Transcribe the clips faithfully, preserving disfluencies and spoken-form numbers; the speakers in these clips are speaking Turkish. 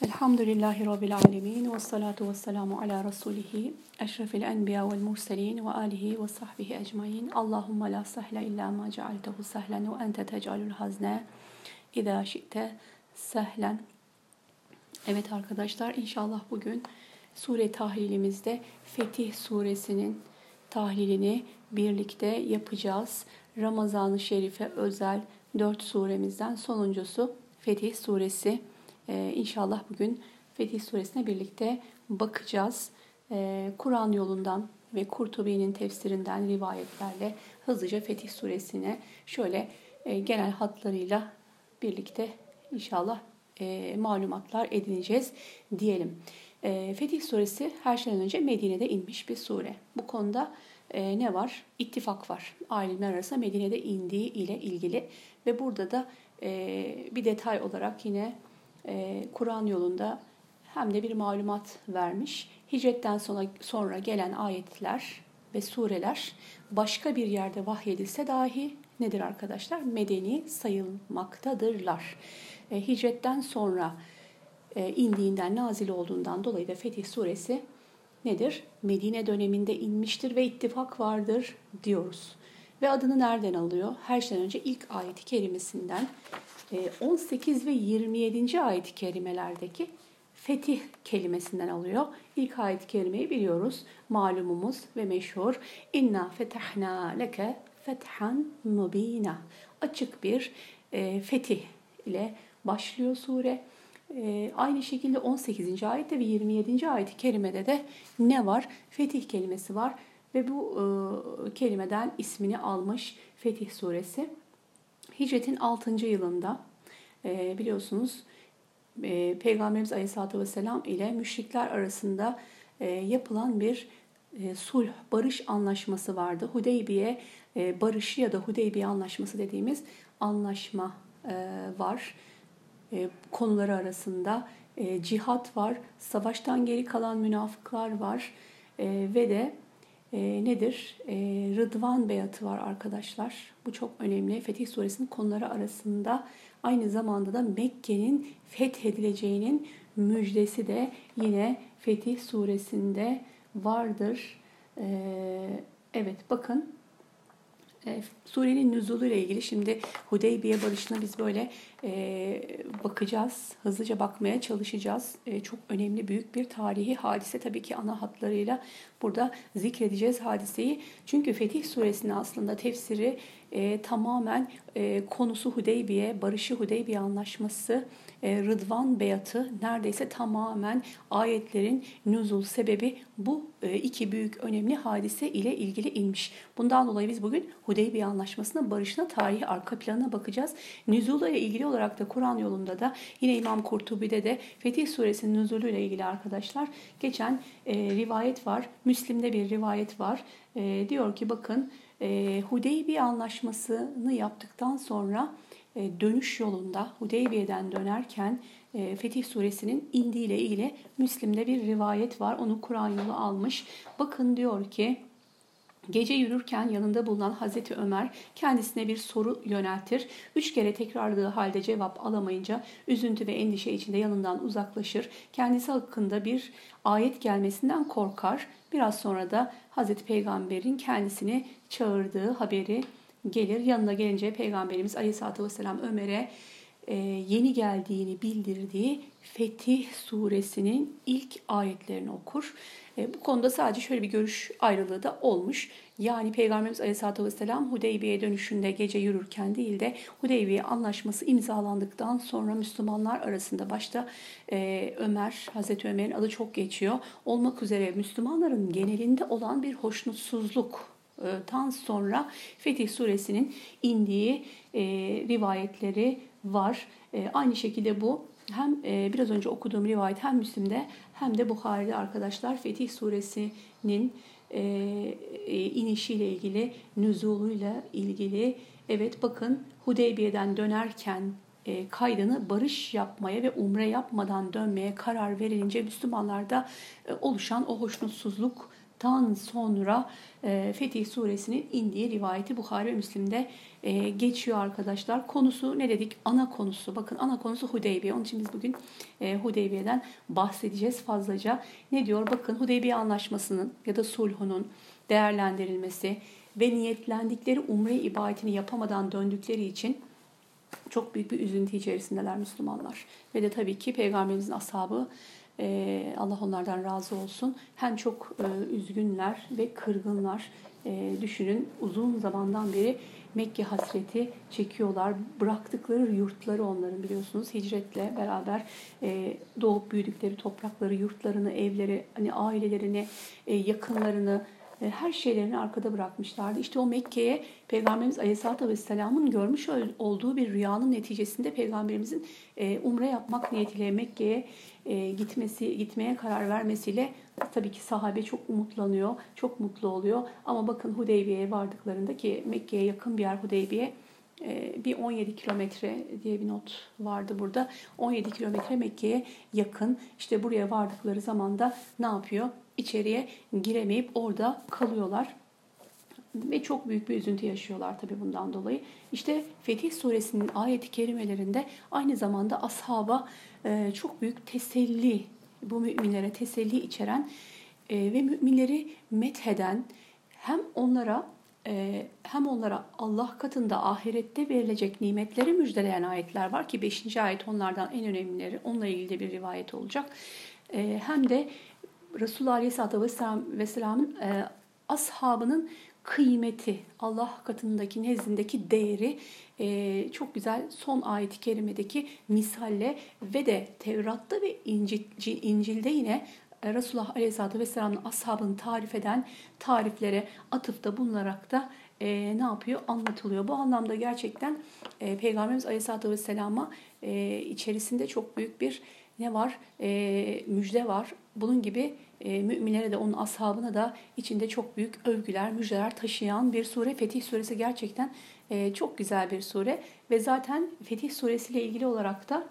Elhamdülillahi Rabbil alemin ve salatu ve selamu ala Resulihi eşrefil enbiya vel murselin ve alihi ve sahbihi ecmain. Allahümme la sahle illa ma cealtehu sehlen ve ente tecalul hazne idâ şi'te sehlen. Evet arkadaşlar, inşallah bugün sure tahlilimizde Fetih suresinin tahlilini birlikte yapacağız. Ramazan-ı Şerif'e özel dört suremizden sonuncusu Fetih suresi. Ee, İnşallah bugün Fetih suresine birlikte bakacağız. Ee, Kur'an yolundan ve Kurtubi'nin tefsirinden rivayetlerle hızlıca Fetih suresine şöyle e, genel hatlarıyla birlikte inşallah e, malumatlar edineceğiz diyelim. E, Fetih suresi her şeyden önce Medine'de inmiş bir sure. Bu konuda e, ne var? İttifak var. Alimler arasında Medine'de indiği ile ilgili ve burada da e, bir detay olarak yine Ee, Kur'an yolunda hem de bir malumat vermiş. Hicretten sonra, sonra gelen ayetler ve sureler başka bir yerde vahyedilse dahi nedir arkadaşlar? Medeni sayılmaktadırlar. E, hicretten sonra e, indiğinden, nazil olduğundan dolayı da Fetih suresi nedir? Medine döneminde inmiştir ve ittifak vardır diyoruz. Ve adını nereden alıyor? Her şeyden önce ilk ayet-i kerimesinden on sekiz ve yirmi yedinci ayet-i kerimelerdeki fetih kelimesinden alıyor. İlk ayet-i kerimeyi biliyoruz. Malumumuz ve meşhur. İnna fetahna leke fethan mubina. Açık bir e, fetih ile başlıyor sure. E, aynı şekilde on sekizinci ayette ve yirmi yedinci ayet-i kerimede de ne var? Fetih kelimesi var. Ve bu e, kelimeden ismini almış Fetih suresi. Hicretin altıncı yılında e, biliyorsunuz e, Peygamberimiz Aleyhisselatü Vesselam ile müşrikler arasında e, yapılan bir e, sulh, barış anlaşması vardı. Hudeybiye e, barışı ya da Hudeybiye anlaşması dediğimiz anlaşma e, var. E, konuları arasında e, cihat var, savaştan geri kalan münafıklar var e, ve de E, nedir? E, Rıdvan beyatı var arkadaşlar. Bu çok önemli. Fetih suresinin konuları arasında aynı zamanda da Mekke'nin fethedileceğinin müjdesi de yine Fetih suresinde vardır. E, evet bakın. E, surenin nüzulu ile ilgili şimdi Hudeybiye barışına biz böyle e, bakacağız. Hızlıca bakmaya çalışacağız. E, çok önemli, büyük bir tarihi hadise. Tabii ki ana hatlarıyla burada zikredeceğiz hadiseyi. Çünkü Fetih suresinin aslında tefsiri e, tamamen e, konusu Hudeybiye, barışı Hudeybiye anlaşması, e, Rıdvan beyatı neredeyse tamamen ayetlerin nüzul sebebi bu e, iki büyük önemli hadise ile ilgili inmiş. Bundan dolayı biz bugün Hudeybiye anlaşmasına, barışına, tarihi arka planına bakacağız. Nüzul'la ilgili olarak da Kur'an yolunda da yine İmam Kurtubi'de de Fetih suresinin nüzulü ile ilgili arkadaşlar geçen e, rivayet var. Müslim'de bir rivayet var. E, diyor ki bakın e, Hudeybiye anlaşmasını yaptıktan sonra e, dönüş yolunda Hudeybiye'den dönerken e, Fetih suresinin indiği ile ilgili Müslim'de bir rivayet var. Onu Kur'an yolu almış. Bakın diyor ki gece yürürken yanında bulunan Hazreti Ömer kendisine bir soru yöneltir. Üç kere tekrarladığı halde cevap alamayınca üzüntü ve endişe içinde yanından uzaklaşır. Kendisi hakkında bir ayet gelmesinden korkar. Biraz sonra da Hazreti Peygamber'in kendisini çağırdığı haberi gelir. Yanına gelince Peygamberimiz Aleyhisselatü Vesselam Ömer'e e, yeni geldiğini bildirdiği Fetih suresinin ilk ayetlerini okur. E, bu konuda sadece şöyle bir görüş ayrılığı da olmuş. Yani Peygamberimiz Aleyhisselatü Vesselam Hudeybiye dönüşünde gece yürürken değil de Hudeybiye anlaşması imzalandıktan sonra Müslümanlar arasında başta e, Ömer, Hazreti Ömer'in adı çok geçiyor. Olmak üzere Müslümanların genelinde olan bir hoşnutsuzluk tan sonra Fetih suresinin indiği e, rivayetleri var. E, aynı şekilde bu hem e, biraz önce okuduğum rivayet hem Müslim'de hem de Buhari'de arkadaşlar Fetih suresinin e, e, inişiyle ilgili, nüzuluyla ilgili. Evet bakın Hudeybiye'den dönerken e, kaydını barış yapmaya ve umre yapmadan dönmeye karar verilince Müslümanlarda e, oluşan o hoşnutsuzluk Fetih'ten sonra e, Fetih Suresinin indiği rivayeti Buhari ve Müslim'de e, geçiyor arkadaşlar. Konusu ne dedik? Ana konusu. Bakın ana konusu Hudeybiye. Onun için biz bugün e, Hudeybiye'den bahsedeceğiz fazlaca. Ne diyor? Bakın Hudeybiye Anlaşması'nın ya da sulhunun değerlendirilmesi ve niyetlendikleri umre ibadetini yapamadan döndükleri için çok büyük bir üzüntü içerisindeler Müslümanlar. Ve de tabii ki Peygamberimizin ashabı, e, Allah onlardan razı olsun, hem çok e, üzgünler ve kırgınlar. E, düşünün, uzun zamandan beri Mekke hasreti çekiyorlar. Bıraktıkları yurtları, onların biliyorsunuz hicretle beraber e, doğup büyüdükleri toprakları, yurtlarını, evleri, hani ailelerini, e, yakınlarını, her şeylerini arkada bırakmışlardı. İşte o Mekke'ye Peygamberimiz Aleyhisselatü Vesselam'ın görmüş olduğu bir rüyanın neticesinde Peygamberimizin umre yapmak niyetiyle Mekke'ye gitmesi, gitmeye karar vermesiyle tabii ki sahabe çok umutlanıyor, çok mutlu oluyor. Ama bakın Hudeybiye'ye vardıklarında, ki Mekke'ye yakın bir yer Hudeybiye, bir on yedi kilometre diye bir not vardı burada. on yedi kilometre Mekke'ye yakın. İşte buraya vardıkları zaman da ne yapıyor? İçeriye giremeyip orada kalıyorlar. Ve çok büyük bir üzüntü yaşıyorlar tabii bundan dolayı. İşte Fetih Suresinin ayet-i kerimelerinde aynı zamanda ashaba çok büyük teselli, bu müminlere teselli içeren ve müminleri metheden, hem onlara hem onlara Allah katında ahirette verilecek nimetleri müjdeleyen ayetler var ki beşinci ayet onlardan en önemlileri. Onunla ilgili de bir rivayet olacak. Hem de Resulullah Aleyhisselatü Vesselam'ın e, ashabının kıymeti, Allah katındaki, nezdindeki değeri e, çok güzel son ayet-i kerimedeki misalle ve de Tevrat'ta ve İncil, İncil'de yine Resulullah Aleyhisselatü Vesselam'ın ashabını tarif eden tariflere atıfta bulunarak da e, ne yapıyor? Anlatılıyor. Bu anlamda gerçekten e, Peygamberimiz Aleyhisselatü Vesselam'a e, içerisinde çok büyük bir ne var? E, müjde var. Bunun gibi e, müminlere de, onun ashabına da içinde çok büyük övgüler, müjdeler taşıyan bir sure. Fetih Suresi gerçekten e, çok güzel bir sure. Ve zaten Fetih Suresi ile ilgili olarak da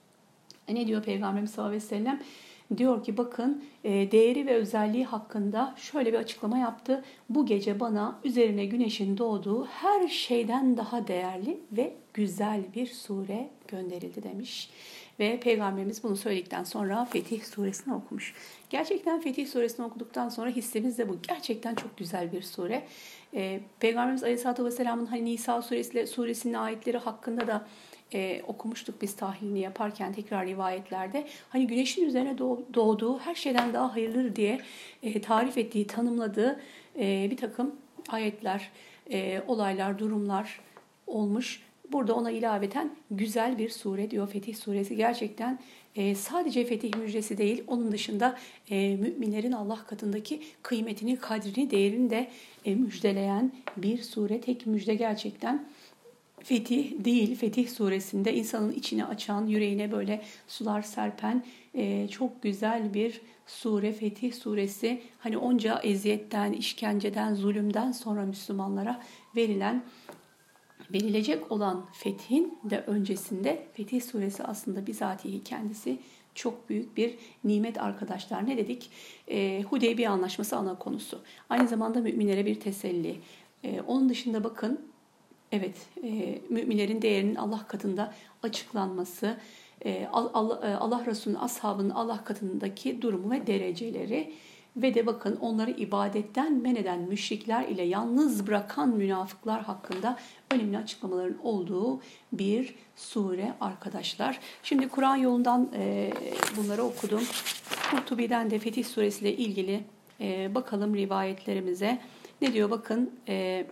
ne diyor Peygamberimiz sallallahu aleyhi ve sellem? Diyor ki bakın, e, değeri ve özelliği hakkında şöyle bir açıklama yaptı. Bu gece bana üzerine güneşin doğduğu her şeyden daha değerli ve güzel bir sure gönderildi demiş. Ve Peygamberimiz bunu söyledikten sonra Fetih Suresini okumuş. Gerçekten Fetih Suresini okuduktan sonra hissimiz de bu. Gerçekten çok güzel bir sure. Ee, Peygamberimiz Aleyhisselatü Vesselam'ın hani Nisa suresi, suresinin ayetleri hakkında da e, okumuştuk biz tahlilini yaparken tekrar rivayetlerde. Hani güneşin üzerine doğduğu her şeyden daha hayırlıdır diye e, tarif ettiği, tanımladığı e, bir takım ayetler, e, olaylar, durumlar olmuş. Burada ona ilaveten güzel bir sure diyor Fetih Suresi. Gerçekten e, sadece fetih müjdesi değil, onun dışında e, müminlerin Allah katındaki kıymetini, kadrini, değerini de e, müjdeleyen bir sure. Tek müjde gerçekten fetih değil. Fetih Suresinde insanın içini açan, yüreğine böyle sular serpen e, çok güzel bir sure Fetih Suresi. Hani onca eziyetten, işkenceden, zulümden sonra Müslümanlara verilen, verilecek olan fethin de öncesinde Fetih Suresi aslında bizatihi kendisi çok büyük bir nimet arkadaşlar. Ne dedik? E, Hudeybiye Anlaşması ana konusu. Aynı zamanda müminlere bir teselli. E, onun dışında bakın, evet, e, müminlerin değerinin Allah katında açıklanması, e, Allah, Allah Resulü'nün, ashabının Allah katındaki durumu ve dereceleri ve de bakın onları ibadetten men eden müşrikler ile yalnız bırakan münafıklar hakkında önemli açıklamaların olduğu bir sure arkadaşlar. Şimdi Kur'an yolundan e, bunları okudum. Kurtubi'den de Fetih Suresi ile ilgili e, bakalım rivayetlerimize. Ne diyor bakın. E,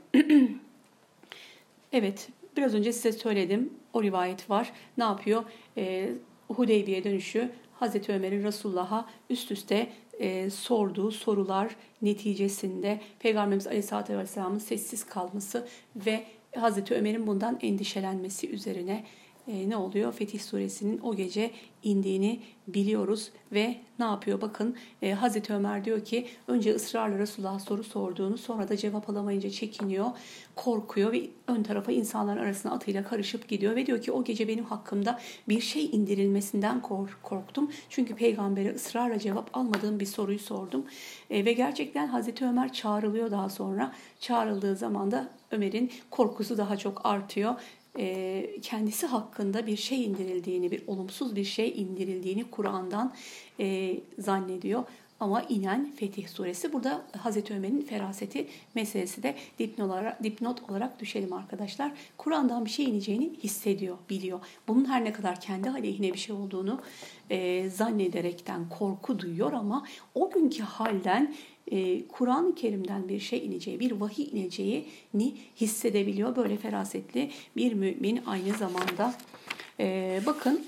evet, biraz önce size söyledim. O rivayet var. Ne yapıyor? E, Hudeybiye dönüşü Hazreti Ömer'in Resulullah'a üst üste e, sorduğu sorular neticesinde Peygamberimiz Aleyhisselatü Vesselam'ın sessiz kalması ve Hazreti Ömer'in bundan endişelenmesi üzerine e, ne oluyor? Fetih Suresinin o gece indiğini biliyoruz ve ne yapıyor? Bakın e, Hazreti Ömer diyor ki önce ısrarla Resulullah'a soru sorduğunu, sonra da cevap alamayınca çekiniyor, korkuyor ve ön tarafa insanların arasına atıyla karışıp gidiyor ve diyor ki o gece benim hakkımda bir şey indirilmesinden korktum. Çünkü peygambere ısrarla cevap almadığım bir soruyu sordum. E, ve gerçekten Hazreti Ömer çağrılıyor daha sonra. Çağrıldığı zaman da Ömer'in korkusu daha çok artıyor. Kendisi hakkında bir şey indirildiğini, bir olumsuz bir şey indirildiğini Kur'an'dan e, zannediyor. Ama inen Fetih Suresi. Burada Hazreti Ömer'in feraseti meselesi de dipnot olarak, dipnot olarak düşelim arkadaşlar. Kur'an'dan bir şey ineceğini hissediyor, biliyor. Bunun her ne kadar kendi aleyhine bir şey olduğunu e, zannederekten korku duyuyor ama o günkü halden e, Kur'an-ı Kerim'den bir şey ineceği, bir vahiy ineceğini hissedebiliyor. Böyle ferasetli bir mümin aynı zamanda. E, bakın.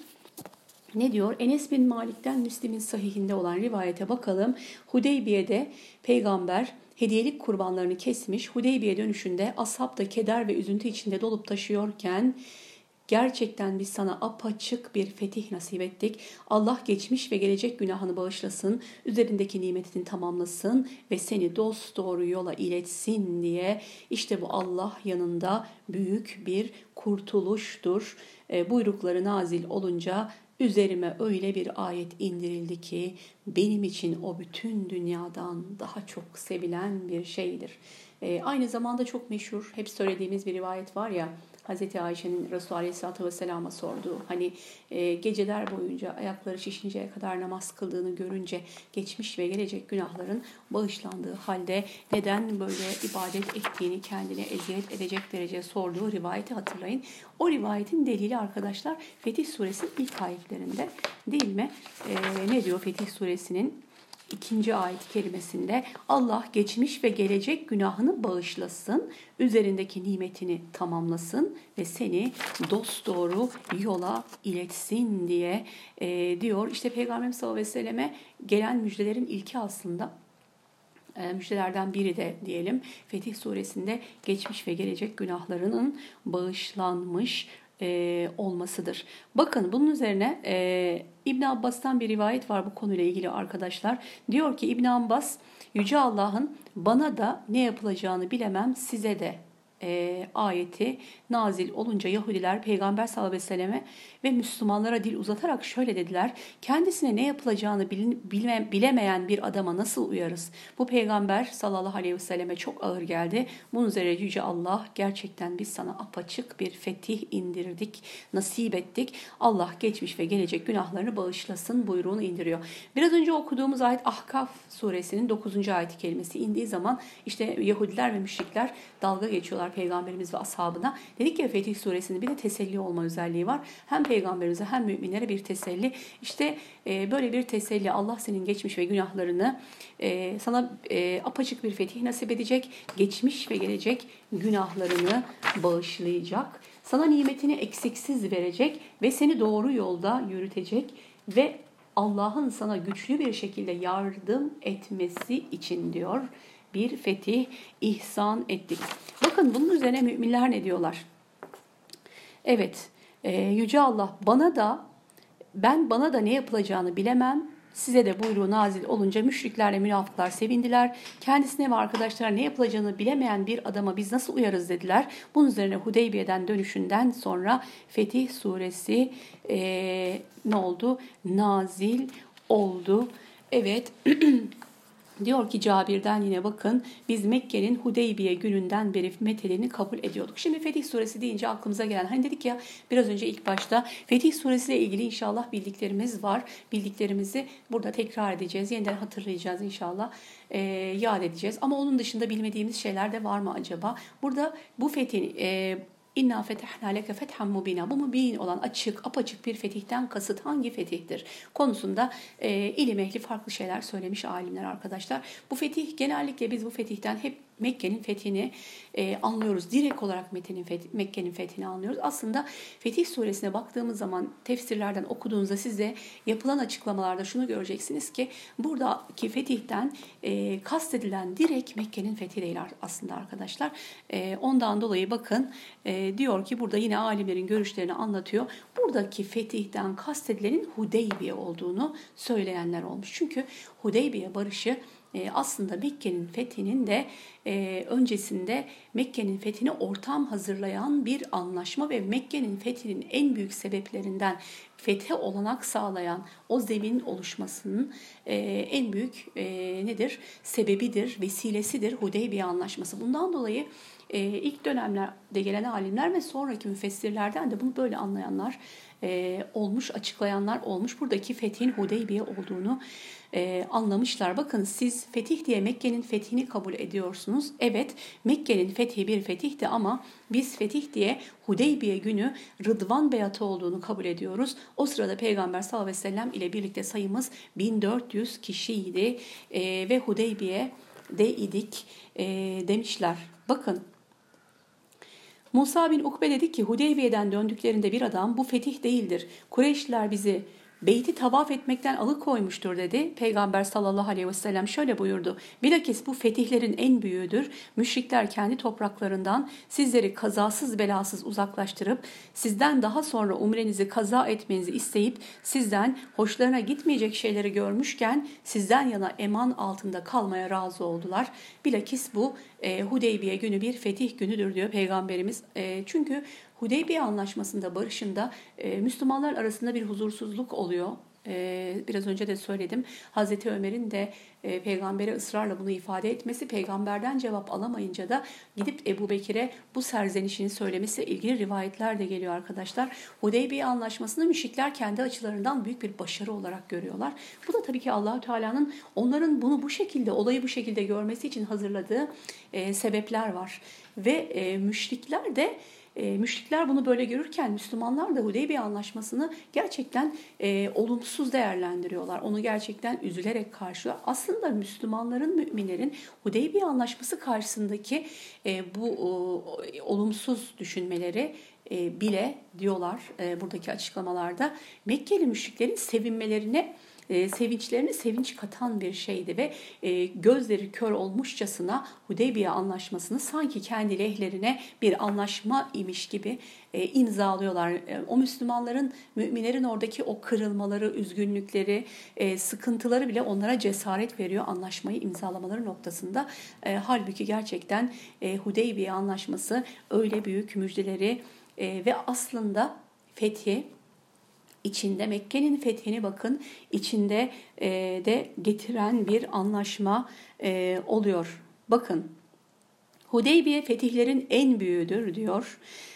Ne diyor? Enes bin Malik'ten Müslim'in sahihinde olan rivayete bakalım. Hudeybiye'de peygamber hediyelik kurbanlarını kesmiş. Hudeybiye dönüşünde ashab da keder ve üzüntü içinde dolup taşıyorken gerçekten biz sana apaçık bir fetih nasip ettik. Allah geçmiş ve gelecek günahını bağışlasın, üzerindeki nimetini tamamlasın ve seni dosdoğru yola iletsin diye. İşte bu Allah yanında büyük bir kurtuluştur. E, buyrukları nazil olunca üzerime öyle bir ayet indirildi ki benim için o bütün dünyadan daha çok sevilen bir şeydir. E, aynı zamanda çok meşhur, hep söylediğimiz bir rivayet var ya, Hazreti Ayşe'nin Resulü Aleyhisselatü Vesselam'a sorduğu, hani e, geceler boyunca ayakları şişinceye kadar namaz kıldığını görünce geçmiş ve gelecek günahların bağışlandığı halde neden böyle ibadet ettiğini kendine eziyet edecek derece sorduğu rivayeti hatırlayın. O rivayetin delili arkadaşlar Fetih Suresinin ilk ayetlerinde, değil mi? E, ne diyor Fetih Suresinin İkinci ayet-i kerimesinde Allah geçmiş ve gelecek günahını bağışlasın, üzerindeki nimetini tamamlasın ve seni dosdoğru yola iletsin diye e, diyor. İşte Peygamberimiz sallallahu aleyhi ve selleme gelen müjdelerin ilki aslında. E, müjdelerden biri de diyelim Fetih Suresinde geçmiş ve gelecek günahlarının bağışlanmış E, olmasıdır. Bakın bunun üzerine e, İbn Abbas'tan bir rivayet var bu konuyla ilgili arkadaşlar. Diyor ki İbn Abbas, Yüce Allah'ın bana da ne yapılacağını bilemem size de e, ayeti nazil olunca Yahudiler Peygamber sallallahu aleyhi ve selleme ve Müslümanlara dil uzatarak şöyle dediler. Kendisine ne yapılacağını bilme, bilemeyen bir adama nasıl uyarız? Bu Peygamber sallallahu aleyhi ve selleme çok ağır geldi. Bunun üzerine Yüce Allah, gerçekten biz sana apaçık bir fetih indirdik, nasip ettik. Allah geçmiş ve gelecek günahlarını bağışlasın buyruğunu indiriyor. Biraz önce okuduğumuz ayet Ahkaf suresinin dokuzuncu ayet-i kerimesi indiği zaman işte Yahudiler ve müşrikler dalga geçiyorlar Peygamberimiz ve ashabına. Dedik ya Fetih Suresinin bir de teselli olma özelliği var. Hem Peygamberimize hem müminlere bir teselli. İşte e, böyle bir teselli, Allah senin geçmiş ve günahlarını e, sana e, apaçık bir fetih nasip edecek. Geçmiş ve gelecek günahlarını bağışlayacak. Sana nimetini eksiksiz verecek ve seni doğru yolda yürütecek ve Allah'ın sana güçlü bir şekilde yardım etmesi için diyor bir fetih ihsan ettik. Bakın bunun üzerine müminler ne diyorlar? Evet, e, Yüce Allah bana da, ben bana da ne yapılacağını bilemem. Size de buyruğu nazil olunca müşriklerle münafıklar sevindiler. Kendisine ve arkadaşlarına ne yapılacağını bilemeyen bir adama biz nasıl uyarız dediler. Bunun üzerine Hudeybiye'den dönüşünden sonra Fetih Suresi e, ne oldu? Nazil oldu. Evet. Diyor ki Cabir'den yine bakın, biz Mekke'nin Hudeybiye gününden beri methelini kabul ediyorduk. Şimdi Fetih Suresi deyince aklımıza gelen, hani dedik ya biraz önce ilk başta Fetih Suresi ile ilgili inşallah bildiklerimiz var. Bildiklerimizi burada tekrar edeceğiz, yeniden hatırlayacağız inşallah, e, yad edeceğiz. Ama onun dışında bilmediğimiz şeyler de var mı acaba? Burada bu fetih... E, İnna fetehna leke fethan mubina. Bu mubin olan açık, apaçık bir fetihten kasıt hangi fetihtir konusunda e, ilim ehli farklı şeyler söylemiş alimler arkadaşlar. Bu fetih genellikle biz bu fetihten hep Mekke'nin fethini e, anlıyoruz. Direkt olarak Mekke'nin fethi, Mekke'nin fethini anlıyoruz. Aslında Fetih Suresine baktığımız zaman tefsirlerden okuduğunuzda size yapılan açıklamalarda şunu göreceksiniz ki buradaki fetihten e, kastedilen direkt Mekke'nin fethi değil aslında arkadaşlar. E, ondan dolayı bakın e, diyor ki burada yine alimlerin görüşlerini anlatıyor. Buradaki fetihten kastedilenin Hudeybiye olduğunu söyleyenler olmuş. Çünkü Hudeybiye barışı e, aslında Mekke'nin fethinin de e, öncesinde Mekke'nin fethine ortam hazırlayan bir anlaşma ve Mekke'nin fethinin en büyük sebeplerinden fethe olanak sağlayan o zeminin oluşmasının e, en büyük e, nedir? Sebebidir, vesilesidir Hudeybiye Anlaşması. Bundan dolayı e, ilk dönemlerde gelen alimler ve sonraki müfessirlerden de bunu böyle anlayanlar e, olmuş, açıklayanlar olmuş. Buradaki fethin Hudeybiye olduğunu e, anlamışlar. Bakın siz fetih diye Mekke'nin fethini kabul ediyorsunuz. Evet, Mekke'nin fethi bir fetihti ama biz fetih diye Hudeybiye günü Rıdvan Beyatı olduğunu kabul ediyoruz. O sırada Peygamber sallallahu aleyhi ve sellem ile birlikte sayımız bin dört yüz kişiydi e, ve Hudeybiye'de idik e, demişler. Bakın Musa bin Ukbe dedi ki Hudeybiye'den döndüklerinde bir adam bu fetih değildir. Kureyşliler bizi beyti tavaf etmekten alıkoymuştur dedi. Peygamber sallallahu aleyhi ve sellem şöyle buyurdu. Bilakis bu fetihlerin en büyüğüdür. Müşrikler kendi topraklarından sizleri kazasız belasız uzaklaştırıp sizden daha sonra umrenizi kaza etmenizi isteyip sizden hoşlarına gitmeyecek şeyleri görmüşken sizden yana eman altında kalmaya razı oldular. Bilakis bu e, Hudeybiye günü bir fetih günüdür diyor Peygamberimiz. E, çünkü Hudeybiye Anlaşması'nda barışında e, Müslümanlar arasında bir huzursuzluk oluyor. E, biraz önce de söyledim. Hazreti Ömer'in de e, peygambere ısrarla bunu ifade etmesi, peygamberden cevap alamayınca da gidip Ebu Bekir'e bu serzenişini söylemesiyle ilgili rivayetler de geliyor arkadaşlar. Hudeybiye Anlaşması'nı müşrikler kendi açılarından büyük bir başarı olarak görüyorlar. Bu da tabii ki Allah-u Teala'nın onların bunu bu şekilde, olayı bu şekilde görmesi için hazırladığı e, sebepler var. Ve e, müşrikler de E, müşrikler bunu böyle görürken Müslümanlar da Hudeybiye Anlaşması'nı gerçekten e, olumsuz değerlendiriyorlar. Onu gerçekten üzülerek karşılıyor. Aslında Müslümanların, müminlerin Hudeybiye Anlaşması karşısındaki e, bu e, olumsuz düşünmeleri e, bile diyorlar e, buradaki açıklamalarda Mekkeli müşriklerin sevinmelerine E, sevinçlerine sevinç katan bir şeydi ve e, gözleri kör olmuşçasına Hudeybiye Anlaşması'nı sanki kendi lehlerine bir anlaşma imiş gibi e, imzalıyorlar. E, o Müslümanların, müminlerin oradaki o kırılmaları, üzgünlükleri, e, sıkıntıları bile onlara cesaret veriyor anlaşmayı imzalamaları noktasında. E, halbuki gerçekten e, Hudeybiye Anlaşması öyle büyük müjdeleri e, ve aslında fethi İçinde Mekke'nin fethini bakın içinde e, de getiren bir anlaşma e, oluyor. Bakın Hudeybiye fetihlerin en büyüğüdür diyor.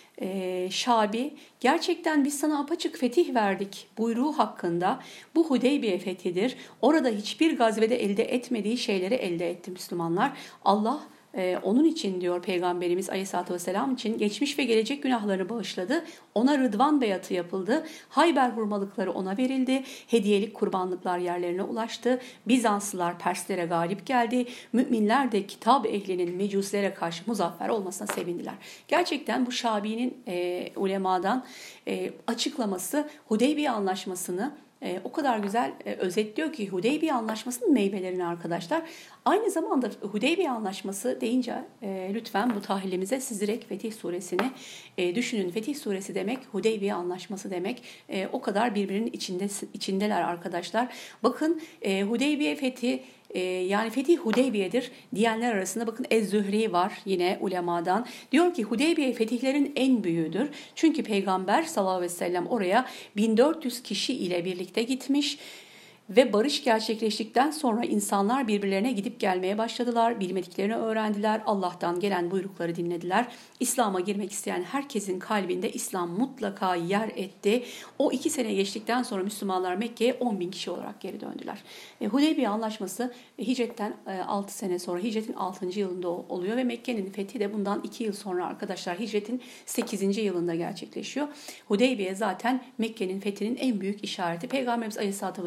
E, Şabi gerçekten biz sana apaçık fetih verdik buyruğu hakkında bu Hudeybiye fethidir. Orada hiçbir gazvede elde etmediği şeyleri elde etti Müslümanlar. Allah Ee, onun için diyor Peygamberimiz Aleyhisselatü Vesselam için geçmiş ve gelecek günahlarını bağışladı. Ona Rıdvan Beyatı yapıldı. Hayber hurmalıkları ona verildi. Hediyelik kurbanlıklar yerlerine ulaştı. Bizanslılar Perslere galip geldi. Müminler de kitap ehlinin mecusilere karşı muzaffer olmasına sevindiler. Gerçekten bu Şabi'nin e, ulemadan e, açıklaması Hudeybiye Anlaşması'nı E, o kadar güzel e, özetliyor ki Hudeybiye Anlaşması'nın meyvelerini arkadaşlar. Aynı zamanda Hudeybiye Anlaşması deyince e, lütfen bu tahlilimize siz direkt Fetih Suresini e, düşünün. Fetih Suresi demek Hudeybiye Anlaşması demek. E, o kadar birbirinin içinde içindeler arkadaşlar. Bakın e, Hudeybiye Fethi Ee, yani Fetih Hudeybiye'dir diyenler arasında bakın Ez-Zühri var yine ulemadan. Diyor ki Hudeybiye fetihlerin en büyüğüdür. Çünkü Peygamber sallallahu aleyhi ve sellem oraya bin dört yüz kişi ile birlikte gitmiş. Ve barış gerçekleştikten sonra insanlar birbirlerine gidip gelmeye başladılar. Bilmediklerini öğrendiler. Allah'tan gelen buyrukları dinlediler. İslam'a girmek isteyen herkesin kalbinde İslam mutlaka yer etti. O iki sene geçtikten sonra Müslümanlar Mekke'ye on bin kişi olarak geri döndüler. E, Hudeybiye Anlaşması e, hicretten e, altı sene sonra hicretin altıncı yılında oluyor ve Mekke'nin fethi de bundan iki yıl sonra arkadaşlar hicretin sekizinci yılında gerçekleşiyor. Hudeybiye zaten Mekke'nin fethinin en büyük işareti. Peygamberimiz Aleyhisselatü Vesselam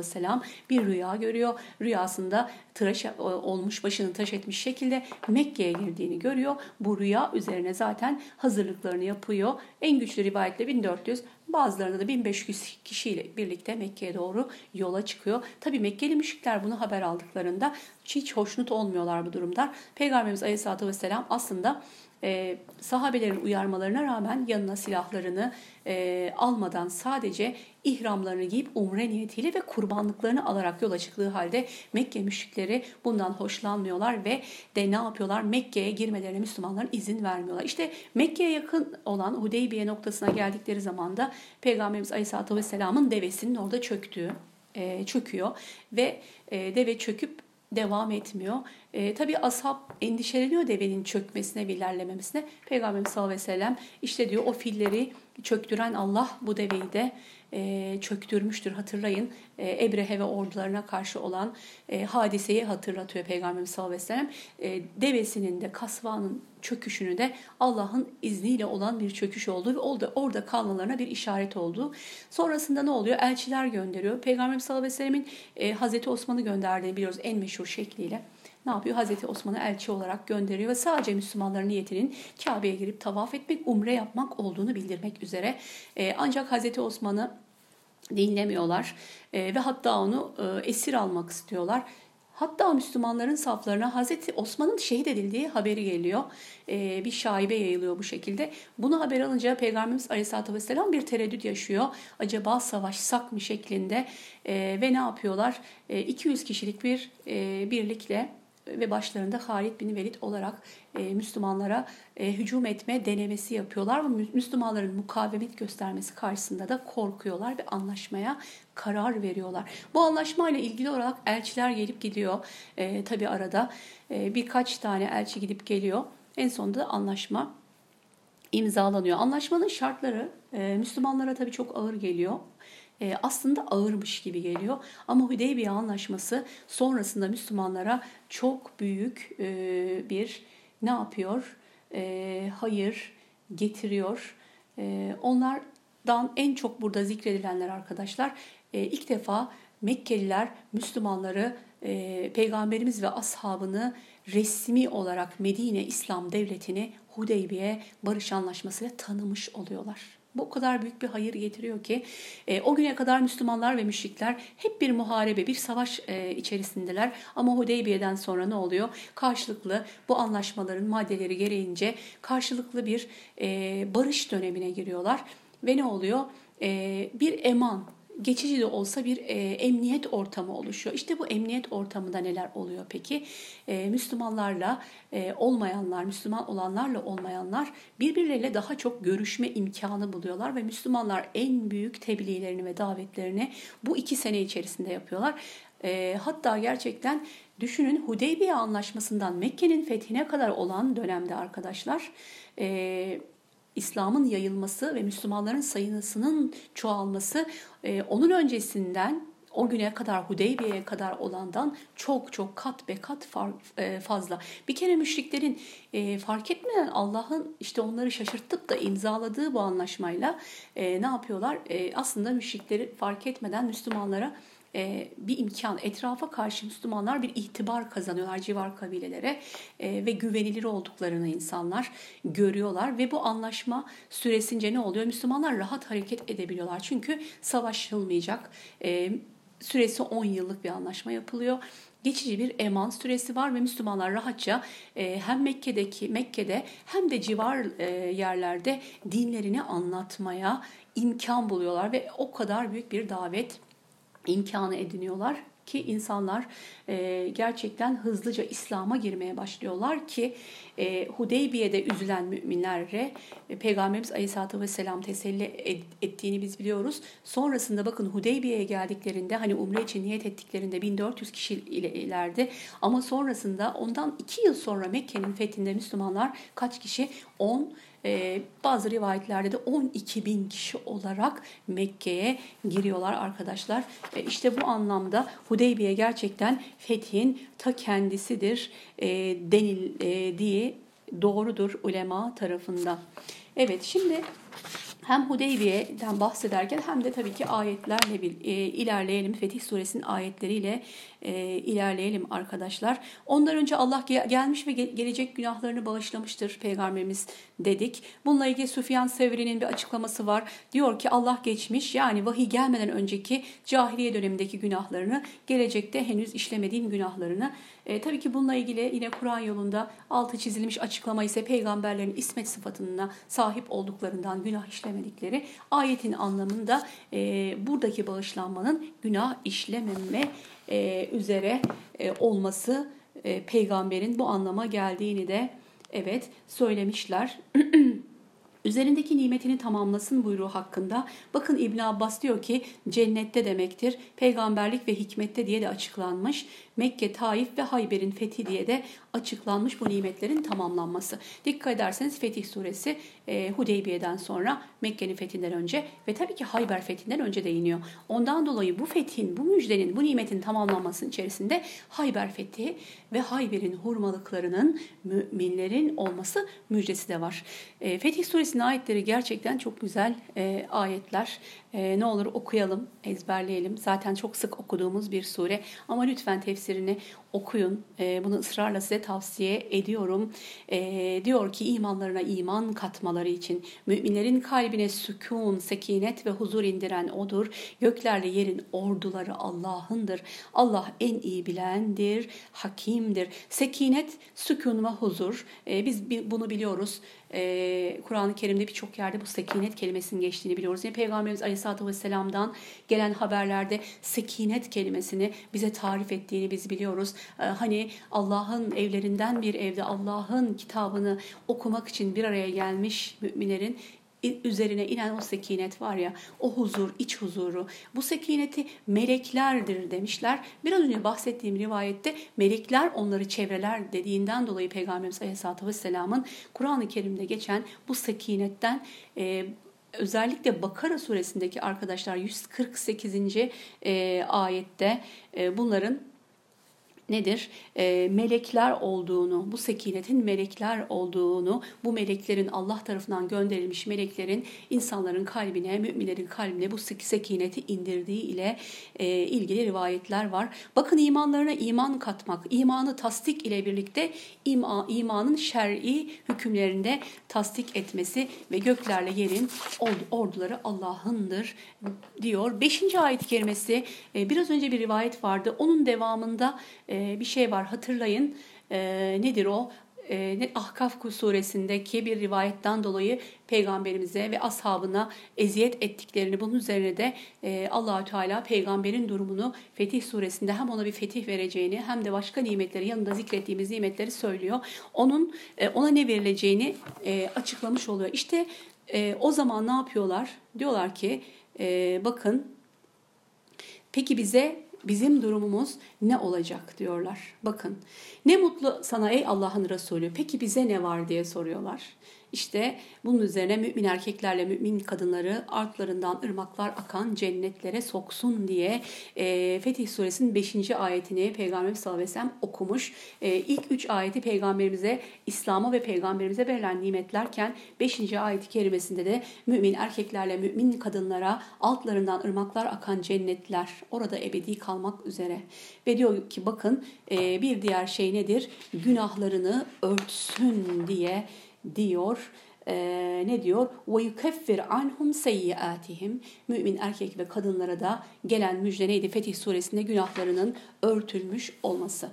bir rüya görüyor. Rüyasında tıraş olmuş, başını tıraş etmiş şekilde Mekke'ye girdiğini görüyor. Bu rüya üzerine zaten hazırlıklarını yapıyor. En güçlü rivayetle bin dört yüz, bazılarında da bin beş yüz kişiyle birlikte Mekke'ye doğru yola çıkıyor. Tabii Mekkeli müşrikler bunu haber aldıklarında hiç hoşnut olmuyorlar bu durumda. Peygamberimiz Aleyhisselatü Vesselam aslında e, sahabelerin uyarmalarına rağmen yanına silahlarını e, almadan sadece ihramlarını giyip umre niyetiyle ve kurbanlıklarını alarak yola çıktığı halde Mekke müşrikleri bundan hoşlanmıyorlar ve de ne yapıyorlar? Mekke'ye girmelerine Müslümanların izin vermiyorlar. İşte Mekke'ye yakın olan Hudeybiye noktasına geldikleri zaman da Peygamberimiz Aleyhisselatü Vesselam'ın devesinin orada çöktüğü, e, çöküyor ve e, deve çöküp devam etmiyor. E, tabii ashab endişeleniyor devenin çökmesine ve ilerlememesine. Peygamberimiz sallallahu aleyhi ve sellem işte diyor o filleri çöktüren Allah bu deveyi de e, çöktürmüştür. Hatırlayın e, Ebrehe ve ordularına karşı olan e, hadiseyi hatırlatıyor Peygamberimiz sallallahu aleyhi ve sellem. E, devesinin de kasvanın çöküşünü de Allah'ın izniyle olan bir çöküş olduğu ve orada, orada kalmalarına bir işaret olduğu. Sonrasında ne oluyor? Elçiler gönderiyor. Peygamberimiz sallallahu aleyhi ve sellemin e, Hazreti Osman'ı gönderdiğini biliyoruz en meşhur şekliyle. Ne yapıyor? Hazreti Osman'ı elçi olarak gönderiyor ve sadece Müslümanların niyetinin Kabe'ye girip tavaf etmek, umre yapmak olduğunu bildirmek üzere. E, ancak Hazreti Osman'ı dinlemiyorlar e, ve hatta onu e, esir almak istiyorlar. Hatta Müslümanların saflarına Hazreti Osman'ın şehit edildiği haberi geliyor. Ee, bir şaibe yayılıyor bu şekilde. Bunu haber alınca Peygamberimiz Aleyhisselatü Vesselam bir tereddüt yaşıyor. Acaba savaşsak mı şeklinde ee, ve ne yapıyorlar? Ee, iki yüz kişilik bir e, birlikle ve başlarında Halid bin Velid olarak e, Müslümanlara e, hücum etme denemesi yapıyorlar. Ve Müslümanların mukavemet göstermesi karşısında da korkuyorlar ve anlaşmaya karar veriyorlar. Bu anlaşmayla ilgili olarak elçiler gelip gidiyor. E, tabii arada e, birkaç tane elçi gidip geliyor. En sonunda anlaşma imzalanıyor. Anlaşmanın şartları e, Müslümanlara tabii çok ağır geliyor. E, aslında ağırmış gibi geliyor. Ama Hudeybiye Anlaşması sonrasında Müslümanlara çok büyük e, bir ne yapıyor? E, hayır getiriyor. E, onlardan en çok burada zikredilenler arkadaşlar e, ilk defa Mekkeliler Müslümanları, e, Peygamberimiz ve ashabını resmi olarak Medine İslam Devleti'ni Hudeybiye Barış Anlaşması'yla tanımış oluyorlar. Bu o kadar büyük bir hayır getiriyor ki e, o güne kadar Müslümanlar ve müşrikler hep bir muharebe, bir savaş e, içerisindeler. Ama Hudeybiye'den sonra ne oluyor? Karşılıklı bu anlaşmaların maddeleri gereğince karşılıklı bir e, barış dönemine giriyorlar. Ve ne oluyor? E, bir eman, geçici de olsa bir e, emniyet ortamı oluşuyor. İşte bu emniyet ortamında neler oluyor peki? E, Müslümanlarla e, olmayanlar, Müslüman olanlarla olmayanlar birbirleriyle daha çok görüşme imkanı buluyorlar ve Müslümanlar en büyük tebliğlerini ve davetlerini bu iki sene içerisinde yapıyorlar. E, hatta gerçekten düşünün Hudeybiye Anlaşması'ndan Mekke'nin fethine kadar olan dönemde arkadaşlar e, İslam'ın yayılması ve Müslümanların sayısının çoğalması e, onun öncesinden o güne kadar Hudeybiye'ye kadar olandan çok çok kat be kat far, e, fazla. Bir kere müşriklerin e, fark etmeden Allah'ın işte onları şaşırtıp da imzaladığı bu anlaşmayla e, ne yapıyorlar? E, aslında müşrikleri fark etmeden Müslümanlara bir imkan, etrafa karşı Müslümanlar bir itibar kazanıyorlar civar kabilelere ve güvenilir olduklarını insanlar görüyorlar ve bu anlaşma süresince ne oluyor? Müslümanlar rahat hareket edebiliyorlar çünkü savaşılmayacak. Süresi on yıllık bir anlaşma yapılıyor. Geçici bir eman süresi var ve Müslümanlar rahatça hem Mekke'deki Mekke'de hem de civar yerlerde dinlerini anlatmaya imkan buluyorlar ve o kadar büyük bir davet imkanı ediniyorlar ki insanlar e, gerçekten hızlıca İslam'a girmeye başlıyorlar ki e, Hudeybiye'de üzülen müminlere e, Peygamberimiz Aleyhisselatü Vesselam teselli et, ettiğini biz biliyoruz. Sonrasında bakın Hudeybiye'ye geldiklerinde hani umre için niyet ettiklerinde bin dört yüz kişi ile ileride ama sonrasında ondan iki yıl sonra Mekke'nin fethinde Müslümanlar kaç kişi? on Ee, bazı rivayetlerde de on iki bin kişi olarak Mekke'ye giriyorlar arkadaşlar. Ee, işte bu anlamda Hudeybiye gerçekten fethin ta kendisidir e, denil e, diye doğrudur ulema tarafından. Evet şimdi hem Hudeybiye'den bahsederken hem de tabii ki ayetlerle bir, e, ilerleyelim. Fetih Suresinin ayetleriyle e, ilerleyelim arkadaşlar. Ondan önce Allah gel- gelmiş ve ge- gelecek günahlarını bağışlamıştır Peygamberimiz dedik. Bununla ilgili Süfyan Sevri'nin bir açıklaması var. Diyor ki Allah geçmiş, yani vahiy gelmeden önceki cahiliye dönemindeki günahlarını, gelecekte henüz işlemediğim günahlarını. E, tabii ki bununla ilgili yine Kur'an yolunda altı çizilmiş açıklama ise peygamberlerin ismet sıfatına sahip olduklarından günah işlemedikleri, ayetin anlamında e, buradaki bağışlanmanın günah işlememe e, üzere e, olması, e, peygamberin bu anlama geldiğini de evet söylemişler. Üzerindeki nimetini tamamlasın buyruğu hakkında. Bakın İbn Abbas diyor ki cennette demektir. Peygamberlik ve hikmette diye de açıklanmış. Mekke, Taif ve Hayber'in fethi diye de açıklanmış bu nimetlerin tamamlanması. Dikkat ederseniz Fetih Suresi e, Hudeybiye'den sonra, Mekke'nin fethinden önce ve tabii ki Hayber fethinden önce de iniyor. Ondan dolayı bu fethin, bu müjdenin, bu nimetin tamamlanmasının içerisinde Hayber fethi ve Hayber'in hurmalıklarının müminlerin olması müjdesi de var. E, Fetih Suresi'nin ayetleri gerçekten çok güzel e, ayetler. E, ne olur okuyalım, ezberleyelim. Zaten çok sık okuduğumuz bir sure ama lütfen tefsirini okuyun. E, bunu ısrarla size tavsiye ediyorum. E, diyor ki imanlarına iman katmaları için müminlerin kalbine sükun, sekinet ve huzur indiren O'dur. Göklerle yerin orduları Allah'ındır. Allah en iyi bilendir, hakimdir. Sekinet, sükun ve huzur. E, biz bunu biliyoruz. Ee, Kur'an-ı Kerim'de birçok yerde bu sekinet kelimesinin geçtiğini biliyoruz. Yani Peygamberimiz Aleyhisselatü Vesselam'dan gelen haberlerde sekinet kelimesini bize tarif ettiğini biz biliyoruz. Ee, hani Allah'ın evlerinden bir evde Allah'ın kitabını okumak için bir araya gelmiş müminlerin üzerine inen o sekinet var ya, o huzur, iç huzuru, bu sekineti meleklerdir demişler. Biraz önce bahsettiğim rivayette melekler onları çevreler dediğinden dolayı Peygamberimiz Aleyhisselatü Vesselam'ın Kur'an-ı Kerim'de geçen bu sekinetten e, özellikle Bakara suresindeki arkadaşlar yüz kırk sekizinci E, ayette e, bunların nedir? E, melekler olduğunu, bu sekinetin melekler olduğunu, bu meleklerin Allah tarafından gönderilmiş meleklerin insanların kalbine, müminlerin kalbine bu sekineti indirdiği ile e, ilgili rivayetler var. Bakın imanlarına iman katmak, imanı tasdik ile birlikte ima, imanın şer'i hükümlerinde tasdik etmesi ve göklerle yerin orduları Allah'ındır diyor. Beşinci ayet-i kerimesi, e, biraz önce bir rivayet vardı. Onun devamında e, bir şey var, hatırlayın. E, nedir o? E, Ahkaf suresindeki bir rivayetten dolayı peygamberimize ve ashabına eziyet ettiklerini, bunun üzerine de e, Allah-u Teala peygamberin durumunu Fetih suresinde hem ona bir fetih vereceğini hem de başka nimetleri, yanında zikrettiğimiz nimetleri söylüyor. Onun e, ona ne verileceğini e, açıklamış oluyor. İşte e, o zaman ne yapıyorlar? Diyorlar ki e, bakın peki bize bizim durumumuz ne olacak diyorlar. Bakın ne mutlu sana ey Allah'ın Resulü, peki bize ne var diye soruyorlar. İşte bunun üzerine mümin erkeklerle mümin kadınları altlarından ırmaklar akan cennetlere soksun diye e, Fetih Suresinin beşinci ayetini Peygamberimiz sallallahu aleyhi ve sellem okumuş. E, ilk üç ayeti Peygamberimize, İslam'a ve Peygamberimize verilen nimetlerken beşinci ayet-i kerimesinde de mümin erkeklerle mümin kadınlara altlarından ırmaklar akan cennetler, orada ebedi kalmak üzere. Ve diyor ki bakın e, bir diğer şey nedir? Günahlarını örtsün diye diyor. Ee, ne diyor? وَيُكَفِّرْ عَنْهُمْ سَيِّئَاتِهِمْ Mümin erkek ve kadınlara da gelen müjde neydi? Fetih suresinde günahlarının örtülmüş olmasıdır.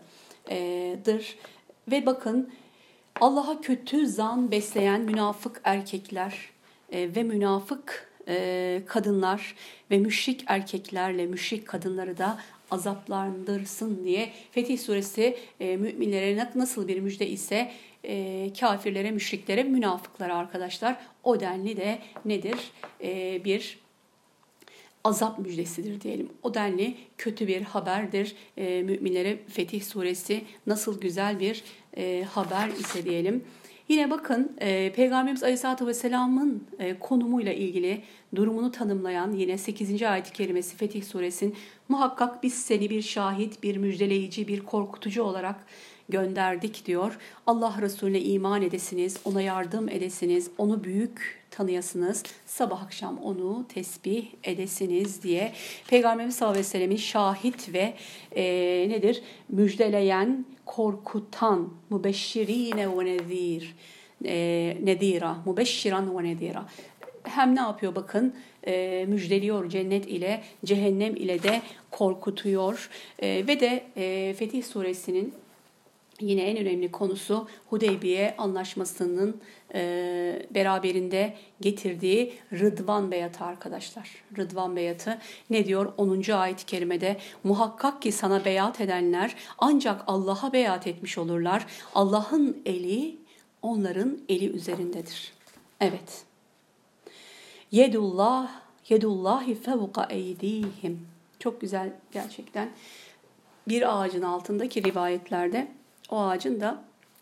Ve bakın Allah'a kötü zan besleyen münafık erkekler e, ve münafık e, kadınlar ve müşrik erkeklerle müşrik kadınları da azaplandırsın diye Fetih suresi e, müminlere nasıl bir müjde ise e, kafirlere, müşriklere, münafıklara arkadaşlar o denli de nedir? E, bir azap müjdesidir diyelim. O denli kötü bir haberdir. E, müminlere Fetih suresi nasıl güzel bir e, haber ise diyelim. Yine bakın e, Peygamberimiz Aleyhisselatü Vesselam'ın e, konumuyla ilgili durumunu tanımlayan yine sekizinci ayet-i kerimesi Fetih Suresinin muhakkak biz seni bir şahit, bir müjdeleyici, bir korkutucu olarak gönderdik diyor. Allah Resulüne iman edesiniz, ona yardım edesiniz, onu büyük tanıyasınız, sabah akşam onu tesbih edesiniz diye Peygamberimiz sallallahu aleyhi ve sellemin şahit ve e, nedir? Müjdeleyen, korkutan, mübeşşirine ve nezir, e, nezira, mübeşşiran ve nezira. Hem ne yapıyor bakın, e, müjdeliyor cennet ile, cehennem ile de korkutuyor. E, ve de e, Fetih Suresinin yine en önemli konusu Hudeybiye Anlaşması'nın e, beraberinde getirdiği Rıdvan Beyatı arkadaşlar. Rıdvan Beyatı ne diyor? onuncu ayet-i kerimede muhakkak ki sana beyat edenler ancak Allah'a beyat etmiş olurlar. Allah'ın eli onların eli üzerindedir. Evet. Yedullah, yedullahi fevka eydihim. Çok güzel gerçekten. Bir ağacın altındaki rivayetlerde o ağacın da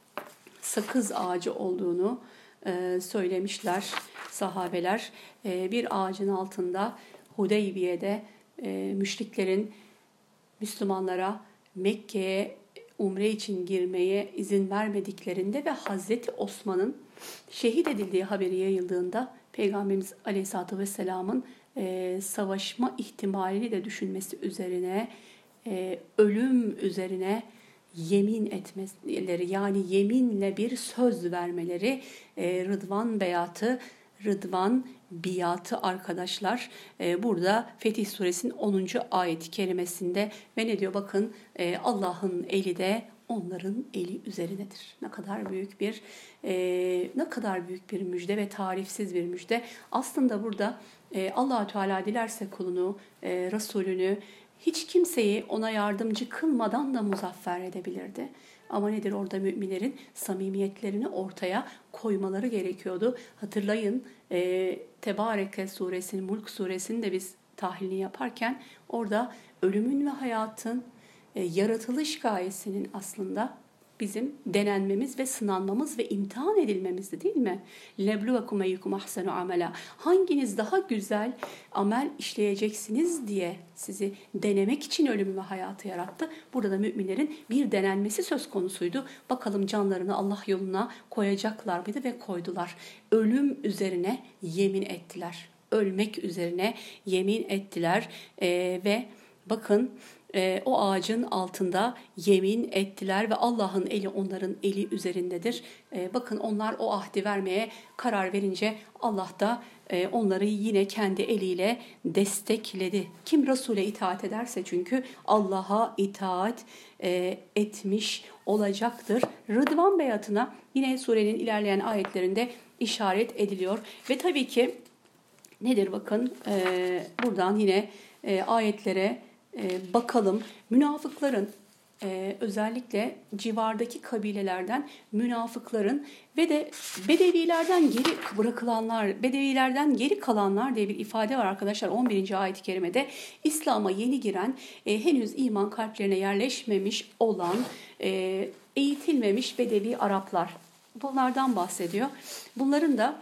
sakız ağacı olduğunu e, söylemişler sahabeler. E, bir ağacın altında Hudeybiye'de e, müşriklerin Müslümanlara Mekke'ye umre için girmeye izin vermediklerinde ve Hazreti Osman'ın şehit edildiği haberi yayıldığında Peygamberimiz Aleyhisselatü Vesselam'ın e, savaşma ihtimalini de düşünmesi üzerine e, ölüm üzerine yemin etmeleri, yani yeminle bir söz vermeleri, e, Rıdvan Beyatı, Rıdvan Biyatı arkadaşlar. E, burada Fetih Suresinin onuncu ayet-i kerimesinde ve ne diyor bakın, e, Allah'ın eli de onların eli üzerinedir. Ne kadar büyük bir e, ne kadar büyük bir müjde ve tarifsiz bir müjde. Aslında burada e, Allah-u Teala dilerse kulunu, e, Resulünü, hiç kimseyi ona yardımcı kılmadan da muzaffer edebilirdi. Ama nedir, orada müminlerin samimiyetlerini ortaya koymaları gerekiyordu. Hatırlayın e, Tebareke suresinin, Mulk suresinin de biz tahlilini yaparken orada ölümün ve hayatın e, yaratılış gayesinin aslında bizim denenmemiz ve sınanmamız ve imtihan edilmemizdi, değil mi? Lebluvekum eyyukum ahsenu amela. Hanginiz daha güzel amel işleyeceksiniz diye sizi denemek için ölümü ve hayatı yarattı. Burada da müminlerin bir denenmesi söz konusuydu. Bakalım canlarını Allah yoluna koyacaklar mıydı ve koydular. Ölüm üzerine yemin ettiler. Ölmek üzerine yemin ettiler ee, ve bakın E, o ağacın altında yemin ettiler ve Allah'ın eli onların eli üzerindedir. E, bakın onlar o ahdi vermeye karar verince Allah da e, onları yine kendi eliyle destekledi. Kim Resul'e itaat ederse çünkü Allah'a itaat e, etmiş olacaktır. Rıdvan Beyatı'na yine surenin ilerleyen ayetlerinde işaret ediliyor. Ve tabii ki nedir bakın, e, buradan yine e, ayetlere Ee, bakalım. Münafıkların e, özellikle civardaki kabilelerden münafıkların ve de Bedevilerden geri bırakılanlar, Bedevilerden geri kalanlar diye bir ifade var arkadaşlar. on birinci ayet-i kerimede İslam'a yeni giren, e, henüz iman kalplerine yerleşmemiş olan, e, eğitilmemiş Bedevi Araplar. Bunlardan bahsediyor. Bunların da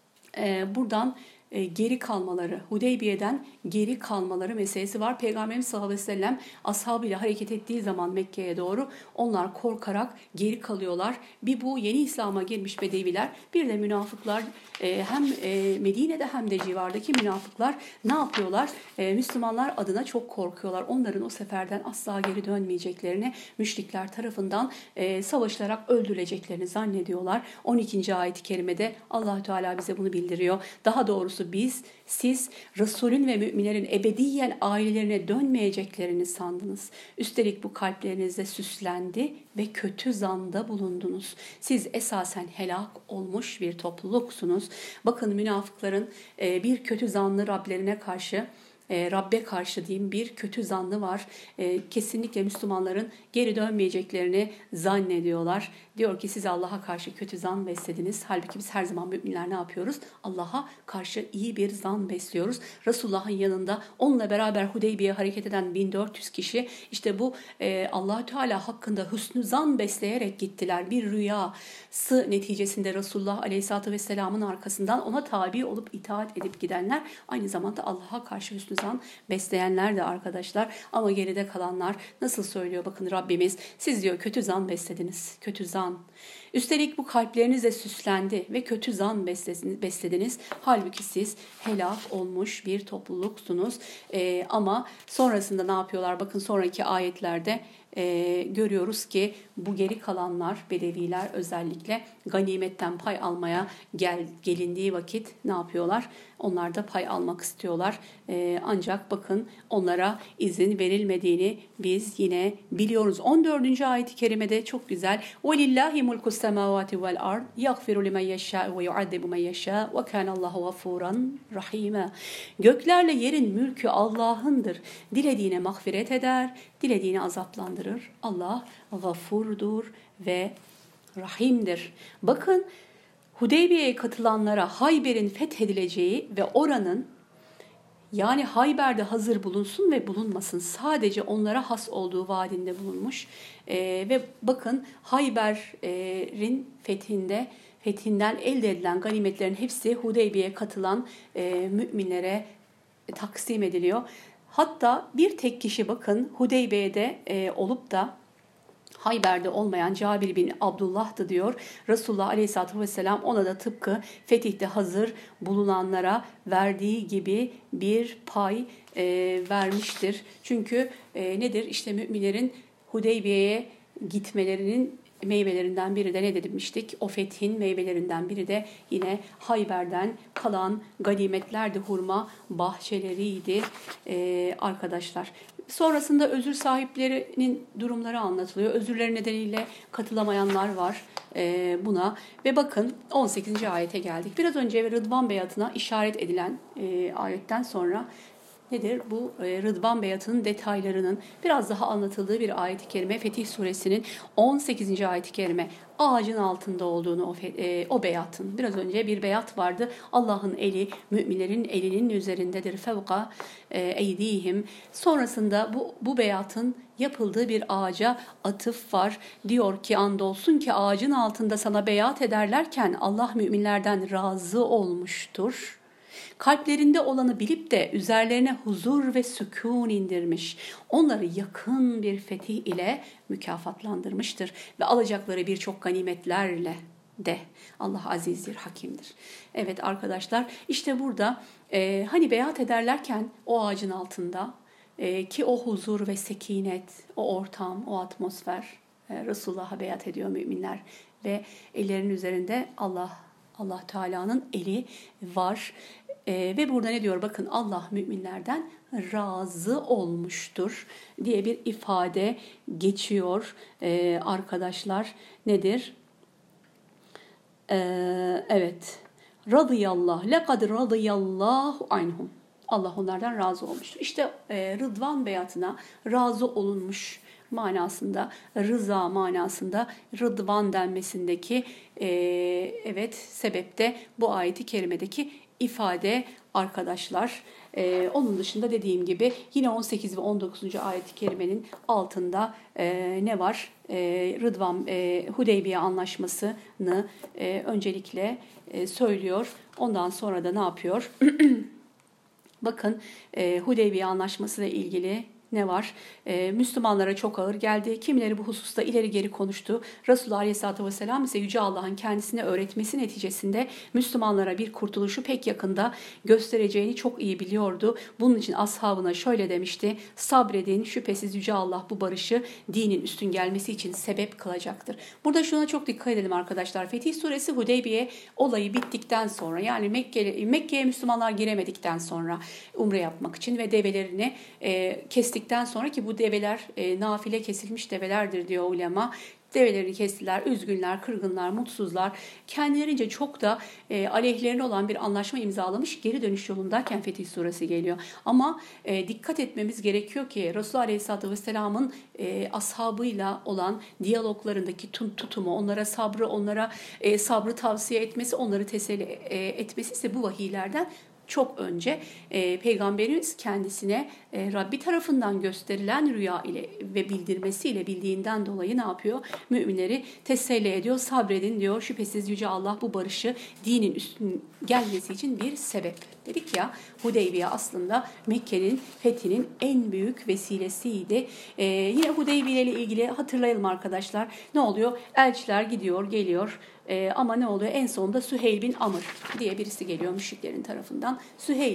e, buradan geri kalmaları, Hudeybiye'den geri kalmaları meselesi var. Peygamberimiz sallallahu aleyhi ve sellem ashabıyla hareket ettiği zaman Mekke'ye doğru onlar korkarak geri kalıyorlar. Bir bu yeni İslam'a girmiş Bedeviler, bir de münafıklar, hem Medine'de hem de civardaki münafıklar ne yapıyorlar? Müslümanlar adına çok korkuyorlar. Onların o seferden asla geri dönmeyeceklerini, müşrikler tarafından savaşılarak öldürüleceklerini zannediyorlar. on ikinci ayet-i kerimede Allah Teala bize bunu bildiriyor. Daha doğrusu biz, siz Resulün ve müminlerin ebediyen ailelerine dönmeyeceklerini sandınız. Üstelik bu kalplerinizde süslendi ve kötü zanda bulundunuz. Siz esasen helak olmuş bir topluluksunuz. Bakın münafıkların bir kötü zanlı Rablerine karşı, Rabbe karşı diyeyim, bir kötü zannı var. Kesinlikle Müslümanların geri dönmeyeceklerini zannediyorlar. Diyor ki siz Allah'a karşı kötü zan beslediniz. Halbuki biz her zaman müminler ne yapıyoruz? Allah'a karşı iyi bir zan besliyoruz. Resulullah'ın yanında onunla beraber Hudeybiye'ye hareket eden bin dört yüz kişi işte bu e, Allah-u Teala hakkında hüsnü zan besleyerek gittiler. Bir rüyası neticesinde Resulullah Aleyhisselatü Vesselam'ın arkasından ona tabi olup itaat edip gidenler aynı zamanda Allah'a karşı hüsnü zan besleyenler de arkadaşlar. Ama geride kalanlar nasıl söylüyor bakın Rabbimiz, siz diyor kötü zan beslediniz, kötü zan. Üstelik bu kalplerinizle süslendi ve kötü zan beslediniz. Halbuki siz helak olmuş bir topluluksunuz. Ee, ama sonrasında ne yapıyorlar? Bakın sonraki ayetlerde e, görüyoruz ki bu geri kalanlar, Bedeviler özellikle ganimetten pay almaya gel, gelindiği vakit ne yapıyorlar? Onlar da pay almak istiyorlar. Ee, ancak bakın onlara izin verilmediğini biz yine biliyoruz. on dördüncü ayet-i kerimede çok güzel. وَلِلَّهِ مُلْكُ السَّمَاوَاتِ وَالْأَرْضِ يَغْفِرُ لِمَنْ يَشَاءُ وَيُعَذِّبُ مَنْ يَشَاءُ وَكَانَ اللّٰهُ غَفُورًا رَحِيمًا. Göklerle yerin mülkü Allah'ındır. Dilediğine mağfiret eder, dilediğini azaplandırır. Allah gafurdur ve rahimdir. Bakın Hudeybiye'ye katılanlara Hayber'in fethedileceği ve oranın, yani Hayber'de hazır bulunsun ve bulunmasın, sadece onlara has olduğu vaadinde bulunmuş. Ee, ve bakın Hayber'in fethinde fethinden elde edilen ganimetlerin hepsi Hudeybiye'ye katılan e, müminlere taksim ediliyor. Hatta bir tek kişi bakın Hudeybiye'de e, olup da Hayber'de olmayan Cabir bin Abdullah'tı diyor. Resulullah Aleyhisselatü Vesselam ona da tıpkı fetihte hazır bulunanlara verdiği gibi bir pay e, vermiştir. Çünkü e, nedir? İşte müminlerin Hudeybiye'ye gitmelerinin meyvelerinden biri de ne demiştik? O fethin meyvelerinden biri de yine Hayber'den kalan ganimetlerdi, hurma bahçeleriydi ee, arkadaşlar. Sonrasında özür sahiplerinin durumları anlatılıyor. Özürleri nedeniyle katılamayanlar var e, buna. Ve bakın on sekizinci ayete geldik. Biraz önce Rıdvan Beyatı'na işaret edilen e, ayetten sonra nedir? Bu e, Rıdvan Beyatı'nın detaylarının biraz daha anlatıldığı bir ayet-i kerime. Fetih Suresinin on sekizinci ayet-i kerime. Ağacın altında olduğunu o, e, o beyatın. Biraz önce bir beyat vardı. Allah'ın eli müminlerin elinin üzerindedir. Fevka e, eydihim. Sonrasında bu, bu beyatın yapıldığı bir ağaca atıf var. Diyor ki andolsun ki ağacın altında sana beyat ederlerken Allah müminlerden razı olmuştur. Kalplerinde olanı bilip de üzerlerine huzur ve sükun indirmiş. Onları yakın bir fetih ile mükafatlandırmıştır. Ve alacakları birçok ganimetlerle de. Allah azizdir, hakimdir. Evet arkadaşlar, işte burada e, hani beyat ederlerken o ağacın altında e, ki o huzur ve sekinet, o ortam, o atmosfer e, Resulullah'a beyat ediyor müminler. Ve ellerinin üzerinde Allah Allah Teala'nın eli var. Ee, ve burada ne diyor? Bakın Allah müminlerden razı olmuştur diye bir ifade geçiyor ee, arkadaşlar. Nedir? Ee, evet. Radıyallah. Lekad radıyallahu anhum. Allah onlardan razı olmuştur. İşte e, Rıdvan beyatına razı olunmuş manasında, rıza manasında Rıdvan denmesindeki e, evet sebep de bu ayeti kerimedeki ifade arkadaşlar. Ee, onun dışında dediğim gibi yine on sekiz ve on dokuzuncu ayet-i kerimenin altında e, ne var? E, Rıdvan e, Hudeybiye anlaşmasını e, öncelikle e, söylüyor. Ondan sonra da ne yapıyor? Bakın e, Hudeybiye anlaşması ile ilgili ne var? Ee, Müslümanlara çok ağır geldi. Kimileri bu hususta ileri geri konuştu. Resulullah Aleyhisselatü Vesselam ise Yüce Allah'ın kendisine öğretmesi neticesinde Müslümanlara bir kurtuluşu pek yakında göstereceğini çok iyi biliyordu. Bunun için ashabına şöyle demişti. Sabredin, şüphesiz Yüce Allah bu barışı dinin üstün gelmesi için sebep kılacaktır. Burada şuna çok dikkat edelim arkadaşlar. Fetih Suresi Hudeybiye olayı bittikten sonra, yani Mekke'ye Mekke'ye Müslümanlar giremedikten sonra umre yapmak için ve develerini e, kestik. Sonra ki bu develer e, nafile kesilmiş develerdir diyor ulema. Develerini kestiler, üzgünler, kırgınlar, mutsuzlar. Kendilerince çok da e, aleyhlerine olan bir anlaşma imzalamış, geri dönüş yolundayken Fetih Suresi geliyor. Ama e, dikkat etmemiz gerekiyor ki Resulullah Aleyhisselatü Vesselam'ın e, ashabıyla olan diyaloglarındaki tutumu, onlara sabrı, onlara e, sabrı tavsiye etmesi, onları teselli e, etmesi ise bu vahiylerden çok önce e, Peygamberimiz kendisine e, Rabbi tarafından gösterilen rüya ile ve bildirmesiyle bildiğinden dolayı ne yapıyor? Müminleri teselli ediyor, sabredin diyor. Şüphesiz Yüce Allah bu barışı dinin üstün gelmesi için bir sebep. Dedik ya, Hudeybiye aslında Mekke'nin fethinin en büyük vesilesiydi. Ee, yine Hudeybiye ile ilgili hatırlayalım arkadaşlar. Ne oluyor? Elçiler gidiyor, geliyor. Ee, ama ne oluyor? En sonunda Süheyl bin Amr diye birisi geliyor müşriklerin tarafından. Süheyl,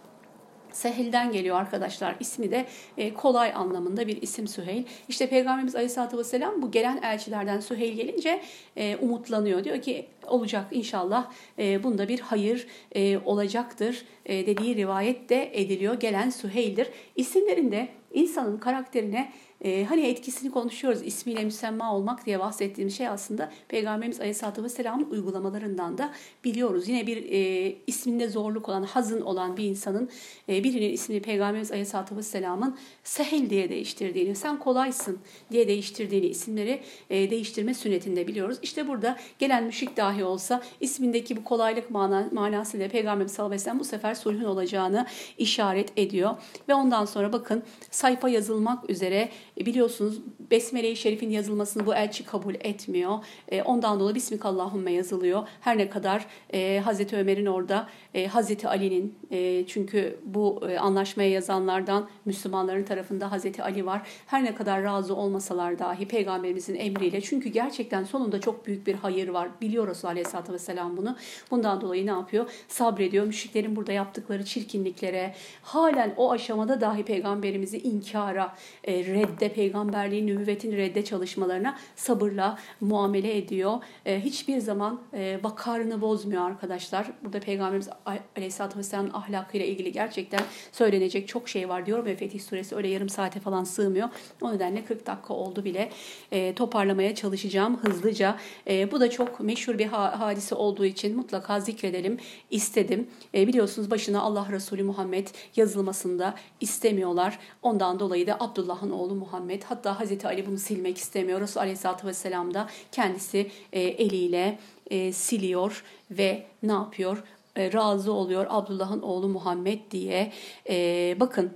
Sehil'den geliyor arkadaşlar. İsmi de e, kolay anlamında bir isim Süheyl. İşte Peygamberimiz Aleyhisselatü Vesselam bu gelen elçilerden Süheyl gelince e, umutlanıyor. Diyor ki olacak inşallah, e, bunda bir hayır e, olacaktır e, dediği rivayet de ediliyor. Gelen Süheyl'dir. İsimlerinde insanın karakterine Ee, hani etkisini konuşuyoruz. İsmiyle müsemma olmak diye bahsettiğimiz şey aslında Peygamberimiz Aleyhisselatü Vesselam'ın uygulamalarından da biliyoruz. Yine bir e, isminde zorluk olan, hazın olan bir insanın e, birinin ismini Peygamberimiz Aleyhisselatü Vesselam'ın Sehel diye değiştirdiğini, sen kolaysın diye değiştirdiğini, isimleri e, değiştirme sünnetinde biliyoruz. İşte burada gelen müşrik dahi olsa ismindeki bu kolaylık mana, manasıyla Peygamberimiz sallallahu aleyhi ve sellem bu sefer sulhün olacağını işaret ediyor. Ve ondan sonra bakın sayfa yazılmak üzere, biliyorsunuz Besmele-i Şerif'in yazılmasını bu elçi kabul etmiyor. Ondan dolayı Bismikallahümme yazılıyor. Her ne kadar e, Hazreti Ömer'in orada, e, Hazreti Ali'nin, e, çünkü bu e, anlaşmaya yazanlardan Müslümanların tarafında Hazreti Ali var. Her ne kadar razı olmasalar dahi Peygamberimizin emriyle, çünkü gerçekten sonunda çok büyük bir hayır var. Biliyor Resulullah Aleyhisselatü Vesselam bunu. Bundan dolayı ne yapıyor? Sabrediyor. Müşriklerin burada yaptıkları çirkinliklere, halen o aşamada dahi Peygamberimizi inkara, e, redde, peygamberliğin, nübüvvetin redde çalışmalarına sabırla muamele ediyor. E, hiçbir zaman e, vakarını bozmuyor arkadaşlar. Burada Peygamberimiz Aleyhisselatü Vesselam'ın ahlakıyla ilgili gerçekten söylenecek çok şey var diyor ve Fetih Suresi öyle yarım saate falan sığmıyor. O nedenle kırk dakika oldu bile. E, toparlamaya çalışacağım hızlıca. E, bu da çok meşhur bir ha- hadise olduğu için mutlaka zikredelim istedim. E, biliyorsunuz başına Allah Resulü Muhammed yazılmasında istemiyorlar. Ondan dolayı da Abdullah'ın oğlu Muhammed, hatta Hazreti Ali bunu silmek istemiyor. Resulullah Aleyhisselatü Vesselam da kendisi e, eliyle e, siliyor ve ne yapıyor? E, razı oluyor Abdullah'ın oğlu Muhammed diye. E, bakın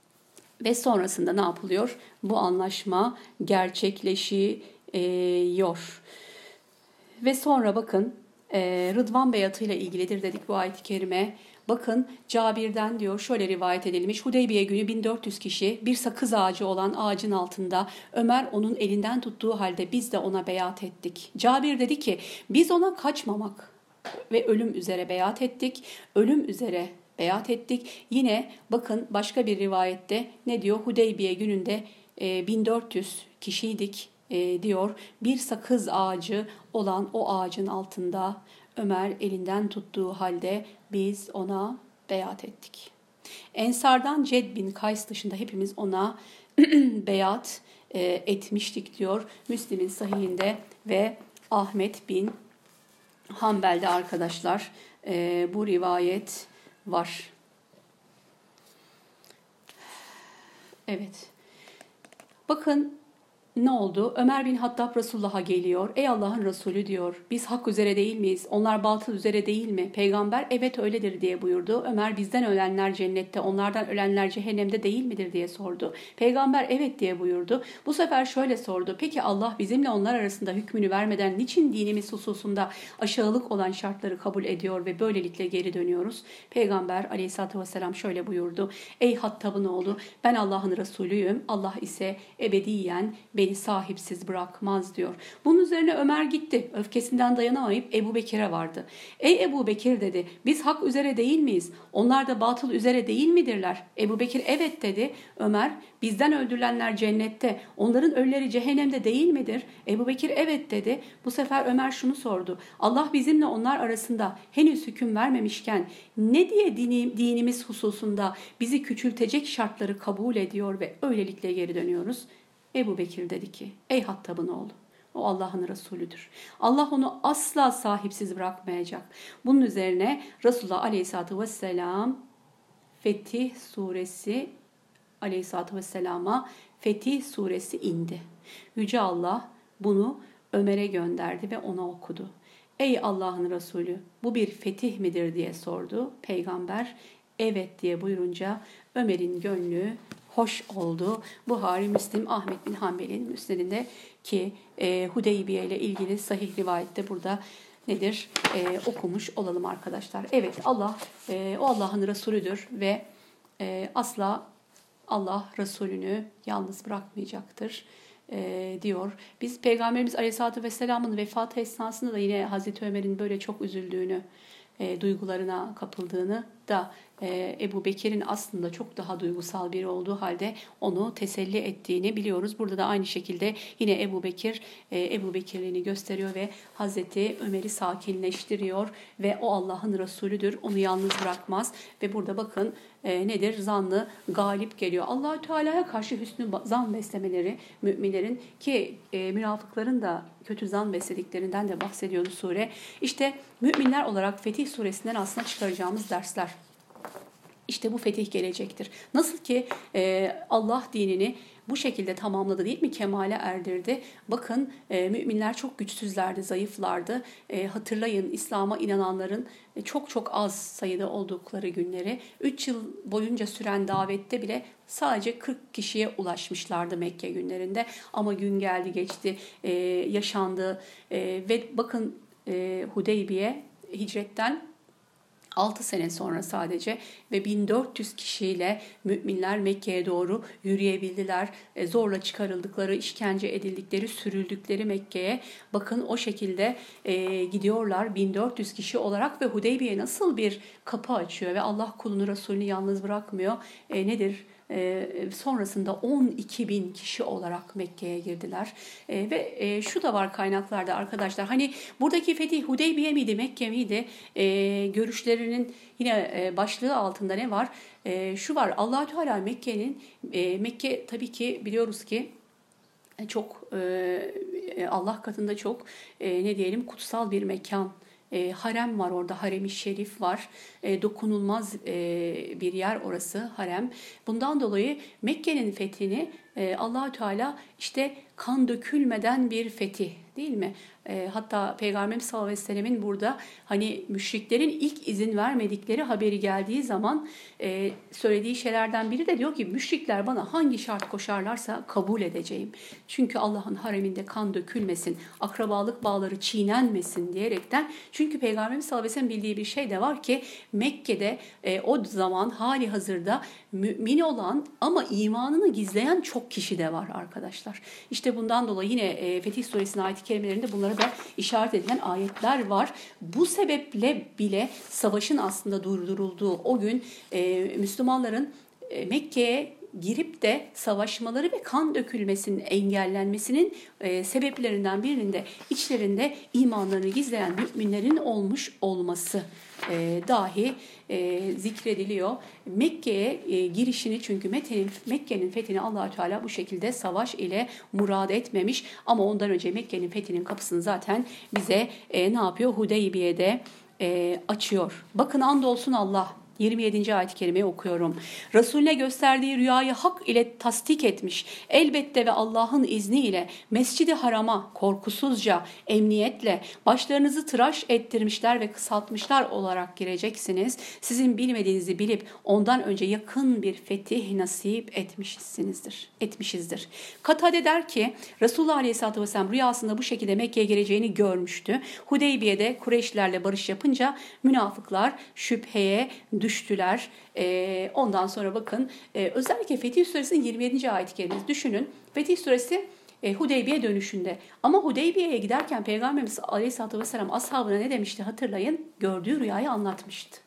ve sonrasında ne yapılıyor? Bu anlaşma gerçekleşiyor. Ve sonra bakın e, Rıdvan Beyatı ile ilgilidir dedik bu ayet-i kerime. Bakın Cabir'den diyor, şöyle rivayet edilmiş. Hudeybiye günü bin dört yüz kişi bir sakız ağacı olan ağacın altında, Ömer onun elinden tuttuğu halde biz de ona beyat ettik. Cabir dedi ki biz ona kaçmamak ve ölüm üzere beyat ettik. Ölüm üzere beyat ettik. Yine bakın başka bir rivayette ne diyor? Hudeybiye gününde e, bin dört yüz kişiydik e, diyor. Bir sakız ağacı olan o ağacın altında Ömer elinden tuttuğu halde biz ona beyat ettik. Ensardan Ced bin Kays dışında hepimiz ona beyat e, etmiştik diyor Müslim'in sahihinde ve Ahmet bin Hanbel'de arkadaşlar e, bu rivayet var. Evet. Bakın ne oldu? Ömer bin Hattab Resulullah'a geliyor. Ey Allah'ın Resulü diyor. Biz hak üzere değil miyiz? Onlar batıl üzere değil mi? Peygamber evet öyledir diye buyurdu. Ömer bizden ölenler cennette, onlardan ölenler cehennemde değil midir diye sordu. Peygamber evet diye buyurdu. Bu sefer şöyle sordu. Peki Allah bizimle onlar arasında hükmünü vermeden niçin dinimiz hususunda aşağılık olan şartları kabul ediyor ve böylelikle geri dönüyoruz? Peygamber Aleyhisselatü Vesselam şöyle buyurdu. Ey Hattab'ın oğlu, ben Allah'ın Resulüyüm. Allah ise ebediyen beni sahipsiz bırakmaz diyor. Bunun üzerine Ömer gitti. Öfkesinden dayanamayıp Ebu Bekir'e vardı. Ey Ebu Bekir dedi. Biz hak üzere değil miyiz? Onlar da batıl üzere değil midirler? Ebu Bekir evet dedi. Ömer bizden öldürülenler cennette. Onların ölüleri cehennemde değil midir? Ebu Bekir evet dedi. Bu sefer Ömer şunu sordu. Allah bizimle onlar arasında henüz hüküm vermemişken ne diye dini, dinimiz hususunda bizi küçültecek şartları kabul ediyor ve öylelikle geri dönüyoruz? Ebu Bekir dedi ki, ey Hattab'ın oğlu, o Allah'ın Resulüdür. Allah onu asla sahipsiz bırakmayacak. Bunun üzerine Resulullah Aleyhisselatü Vesselam Fetih Suresi Aleyhisselatü Vesselam'a Fetih Suresi indi. Yüce Allah bunu Ömer'e gönderdi ve ona okudu. Ey Allah'ın Resulü, bu bir fetih midir diye sordu. Peygamber evet diye buyurunca Ömer'in gönlü hoş oldu. Buhari, Müslim, Ahmet bin Hanbel'in Müsned'inde ki e, Hudeybiye ile ilgili sahih rivayette burada nedir? E, okumuş olalım arkadaşlar. Evet, Allah e, o Allah'ın Resulüdür ve e, asla Allah Resulünü yalnız bırakmayacaktır e, diyor. Biz Peygamberimiz Aleyhisselatü Vesselam'ın vefatı esnasında da yine Hazreti Ömer'in böyle çok üzüldüğünü, e, duygularına kapıldığını da e, Ebu Bekir'in aslında çok daha duygusal biri olduğu halde onu teselli ettiğini biliyoruz. Burada da aynı şekilde yine Ebu Bekir e, Ebu Bekirliğini gösteriyor ve Hazreti Ömer'i sakinleştiriyor ve o Allah'ın Resulüdür, onu yalnız bırakmaz ve burada bakın e, nedir? Zannı galip geliyor. Allah-u Teala'ya karşı hüsnü zan beslemeleri müminlerin ki e, münafıkların da kötü zan beslediklerinden de bahsediyordu sure. İşte müminler olarak Fetih suresinden aslında çıkaracağımız dersler. İşte bu fetih gelecektir. Nasıl ki e, Allah dinini bu şekilde tamamladı değil mi? Kemale erdirdi. Bakın e, müminler çok güçsüzlerdi, zayıflardı. E, hatırlayın İslam'a inananların e, çok çok az sayıda oldukları günleri. üç yıl boyunca süren davette bile sadece kırk kişiye ulaşmışlardı Mekke günlerinde. Ama gün geldi geçti, e, yaşandı e, ve bakın e, Hudeybiye hicretten altı sene sonra sadece ve bin dört yüz kişiyle müminler Mekke'ye doğru yürüyebildiler. E, zorla çıkarıldıkları, işkence edildikleri, sürüldükleri Mekke'ye bakın o şekilde e, gidiyorlar bin dört yüz kişi olarak ve Hudeybiye nasıl bir kapı açıyor ve Allah kulunu Resulünü yalnız bırakmıyor. E, nedir? Ee, sonrasında on iki bin kişi olarak Mekke'ye girdiler. Ee, ve e, şu da var kaynaklarda arkadaşlar. Hani buradaki fetih Hudeybiye miydi, Mekke miydi? Ee, görüşlerinin yine e, başlığı altında ne var? E, şu var. Allah-u Teala Mekke'nin e, Mekke tabii ki biliyoruz ki çok e, Allah katında çok e, ne diyelim kutsal bir mekan. E, harem var orada, harem-i şerif var. E, dokunulmaz e, bir yer orası, harem. Bundan dolayı Mekke'nin fethini e, Allah-u Teala işte kan dökülmeden bir fetih değil mi? E, hatta Peygamberimiz sallallahu aleyhi ve sellemin burada hani müşriklerin ilk izin vermedikleri haberi geldiği zaman e, söylediği şeylerden biri de diyor ki müşrikler bana hangi şart koşarlarsa kabul edeceğim. Çünkü Allah'ın hareminde kan dökülmesin, akrabalık bağları çiğnenmesin diyerekten. Çünkü Peygamberimiz sallallahu aleyhi ve sellem bildiği bir şey de var ki Mekke'de e, o zaman hali hazırda mümin olan ama imanını gizleyen çok kişi de var arkadaşlar. İşte bundan dolayı yine e, Fetih Suresinin ayet-i kerimelerinde bunlara da işaret edilen ayetler var. Bu sebeple bile savaşın aslında durdurulduğu o gün e, Müslümanların e, Mekke'ye girip de savaşmaları ve kan dökülmesinin engellenmesinin e, sebeplerinden birinin de içlerinde imanlarını gizleyen müminlerin olmuş olması e, dahi e, zikrediliyor. Mekke'ye e, girişini çünkü Mekke'nin Mekke'nin fethini Allah-u Teala bu şekilde savaş ile murad etmemiş ama ondan önce Mekke'nin fethinin kapısını zaten bize e, ne yapıyor? Hudeybiye'de e, açıyor. Bakın andolsun Allah. yirmi yedinci ayet-i kerimeyi okuyorum. Resulüne gösterdiği rüyayı hak ile tasdik etmiş. Elbette ve Allah'ın izniyle Mescid-i Haram'a korkusuzca, emniyetle başlarınızı tıraş ettirmişler ve kısaltmışlar olarak gireceksiniz. Sizin bilmediğinizi bilip ondan önce yakın bir fetih nasip etmişsinizdir. etmişizdir. Katade der ki Resulullah Aleyhisselatü Vesselam rüyasında bu şekilde Mekke'ye gireceğini görmüştü. Hudeybiye'de Kureyşlilerle barış yapınca münafıklar şüpheye düştüler. Ee, ondan sonra bakın e, özellikle Fetih Suresi'nin yirmi yedinci ayet-i kerimesi düşünün. Fetih Suresi e, Hudeybiye dönüşünde. Ama Hudeybiye'ye giderken Peygamberimiz Aleyhisselatü Vesselam ashabına ne demişti hatırlayın? Gördüğü rüyayı anlatmıştı.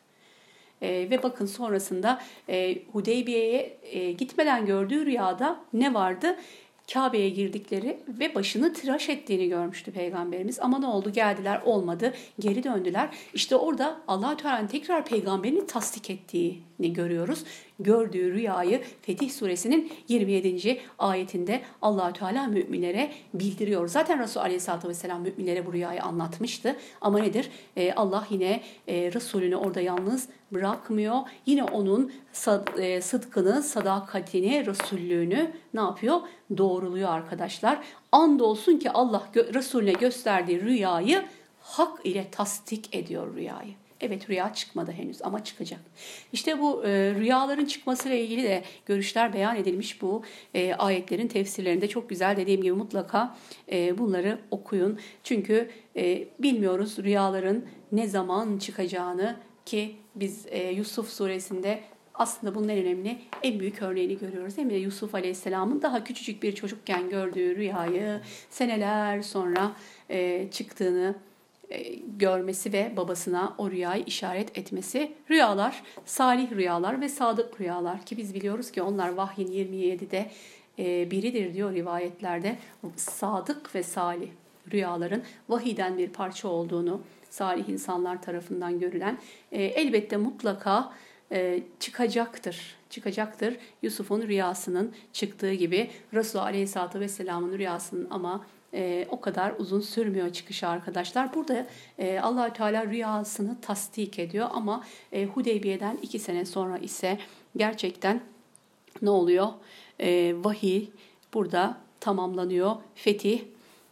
E, ve bakın sonrasında e, Hudeybiye'ye e, gitmeden gördüğü rüyada ne vardı? Kabe'ye girdikleri ve başını tıraş ettiğini görmüştü Peygamberimiz. Ama ne oldu? Geldiler, olmadı. Geri döndüler. İşte orada Allah-u Teala'nın tekrar peygamberini tasdik ettiğini görüyoruz. Gördüğü rüyayı Fetih Suresinin yirmi yedinci ayetinde Allah-u Teala müminlere bildiriyor. Zaten Resul Aleyhisselatü Vesselam müminlere bu rüyayı anlatmıştı. Ama nedir? Ee, Allah yine e, Resulünü orada yalnız bırakmıyor. Yine onun sad- e, sıdkını, sadakatini, Resullüğünü ne yapıyor? Doğruluyor arkadaşlar. Andolsun ki Allah gö- Resulüne gösterdiği rüyayı hak ile tasdik ediyor rüyayı. Evet, rüya çıkmadı henüz ama çıkacak. İşte bu e, rüyaların çıkmasıyla ilgili de görüşler beyan edilmiş bu e, ayetlerin tefsirlerinde. Çok güzel, dediğim gibi mutlaka e, bunları okuyun. Çünkü e, bilmiyoruz rüyaların ne zaman çıkacağını, ki biz e, Yusuf suresinde aslında bunun en önemli, en büyük örneğini görüyoruz. Hem de Yusuf Aleyhisselam'ın daha küçücük bir çocukken gördüğü rüyayı seneler sonra e, çıktığını e, görmesi ve babasına o rüyayı işaret etmesi. Rüyalar, salih rüyalar ve sadık rüyalar, ki biz biliyoruz ki onlar vahyin yirmi yedide e, biridir diyor rivayetlerde. Sadık ve salih rüyaların vahiden bir parça olduğunu, salih insanlar tarafından görülen e, elbette mutlaka e, çıkacaktır. Çıkacaktır. Yusuf'un rüyasının çıktığı gibi Resulullah Aleyhisselatü Vesselam'ın rüyasının ama e, o kadar uzun sürmüyor çıkışı arkadaşlar. Burada e, Allah-u Teala rüyasını tasdik ediyor ama e, Hudeybiye'den iki sene sonra ise gerçekten ne oluyor? E, vahiy burada tamamlanıyor. Fetih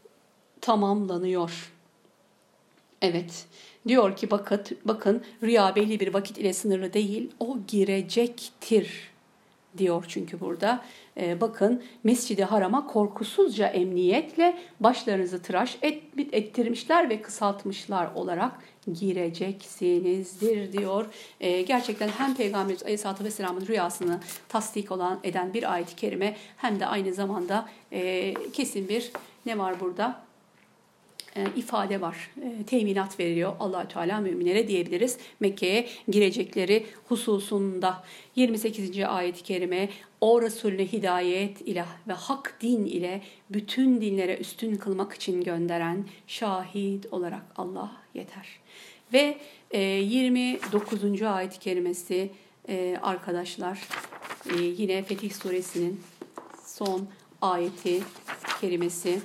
tamamlanıyor. Evet. Diyor ki bakın, bakın rüya belli bir vakit ile sınırlı değil, o girecektir diyor çünkü burada. Ee, bakın Mescid-i Haram'a korkusuzca emniyetle başlarınızı tıraş et, ettirmişler ve kısaltmışlar olarak gireceksinizdir diyor. Ee, gerçekten hem Peygamberimiz Aleyhisselatü Vesselam'ın rüyasını tasdik olan eden bir ayet-i kerime, hem de aynı zamanda e, kesin bir ne var burada? ifade var. Teminat veriliyor Allah-u Teala müminlere diyebiliriz. Mekke'ye girecekleri hususunda. yirmi sekizinci ayet-i kerime, o Resulüne hidayet ile ve hak din ile bütün dinlere üstün kılmak için gönderen şahit olarak Allah yeter. Ve yirmi dokuzuncu ayet-i kerimesi arkadaşlar yine Fetih Suresinin son ayeti kerimesi.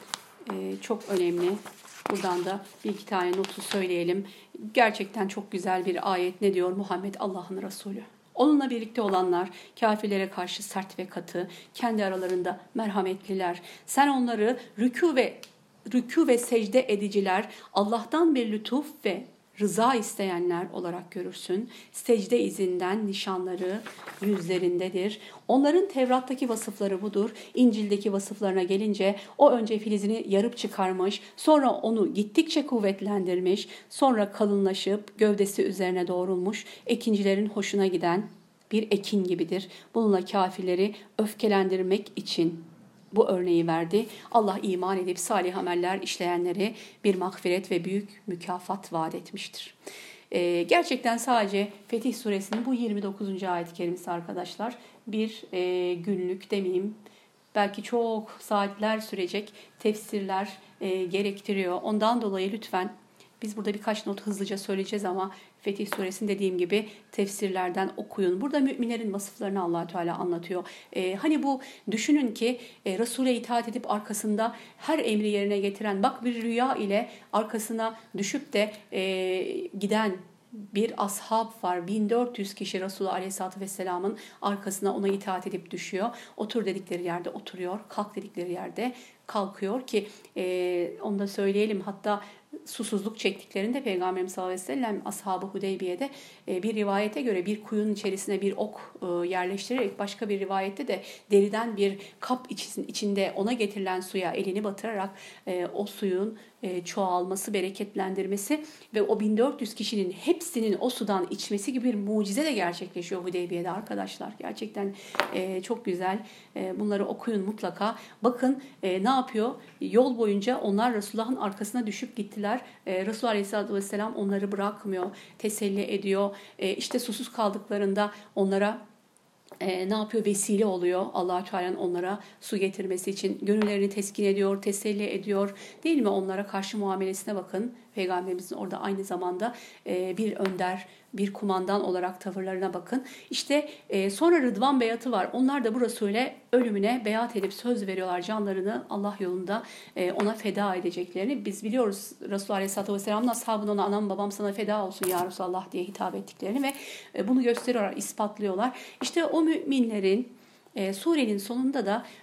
Ee, çok önemli. Buradan da bir iki tane notu söyleyelim. Gerçekten çok güzel bir ayet. Ne diyor Muhammed Allah'ın Resulü? Onunla birlikte olanlar kafirlere karşı sert ve katı, kendi aralarında merhametliler. Sen onları rükû ve rükû ve secde ediciler, Allah'tan bir lütuf ve rıza isteyenler olarak görürsün. Secde izinden nişanları yüzlerindedir. Onların Tevrat'taki vasıfları budur. İncil'deki vasıflarına gelince o önce filizini yarıp çıkarmış, sonra onu gittikçe kuvvetlendirmiş, sonra kalınlaşıp gövdesi üzerine doğrulmuş, ekincilerin hoşuna giden bir ekin gibidir. Bununla kafirleri öfkelendirmek için bu örneği verdi. Allah iman edip salih ameller işleyenleri bir mağfiret ve büyük mükafat vaat etmiştir. Ee, gerçekten sadece Fetih Suresinin bu yirmi dokuzuncu ayet-i kerimesi arkadaşlar bir e, günlük demeyeyim, belki çok saatler sürecek tefsirler e, gerektiriyor. Ondan dolayı lütfen, biz burada birkaç not hızlıca söyleyeceğiz ama Fetih Suresini dediğim gibi tefsirlerden okuyun. Burada müminlerin vasıflarını Allah-u Teala anlatıyor. Ee, hani bu düşünün ki e, Resul'e itaat edip arkasında her emri yerine getiren, bak bir rüya ile arkasına düşüp de e, giden bir ashab var. bin dört yüz kişi Resulullah Aleyhisselatü Vesselam'ın arkasına ona itaat edip düşüyor. Otur dedikleri yerde oturuyor. Kalk dedikleri yerde kalkıyor ki e, onu da söyleyelim. Hatta susuzluk çektiklerinde Peygamberimiz sallallahu aleyhi ve sellem ashab-ı Hudeybiye'de bir rivayete göre bir kuyunun içerisine bir ok yerleştirerek, başka bir rivayette de deriden bir kap içinde ona getirilen suya elini batırarak o suyun çoğalması, bereketlendirmesi ve o bin dört yüz kişinin hepsinin o sudan içmesi gibi bir mucize de gerçekleşiyor Hudeybiye'de arkadaşlar. Gerçekten çok güzel. Bunları okuyun mutlaka. Bakın ne yapıyor? Yol boyunca onlar Resulullah'ın arkasına düşüp gittiler. Resulullah Aleyhisselatü Vesselam onları bırakmıyor, teselli ediyor. İşte susuz kaldıklarında onlara E, ne yapıyor? Vesile oluyor. Allah-u Teala'nın onlara su getirmesi için gönüllerini teskin ediyor, teselli ediyor. Değil mi? Onlara karşı muamelesine bakın. Peygamberimizin orada aynı zamanda e, bir önder, bir kumandan olarak tavırlarına bakın. İşte e, sonra Rıdvan beyatı var. Onlar da bu Resul'e ölümüne beyat edip söz veriyorlar, canlarını Allah yolunda e, ona feda edeceklerini. Biz biliyoruz Resulullah Aleyhisselatü Vesselam'ın ashabına ona anam babam sana feda olsun ya Resulallah diye hitap ettiklerini ve e, bunu gösteriyorlar, ispatlıyorlar. İşte o müminlerin E, surenin sonunda da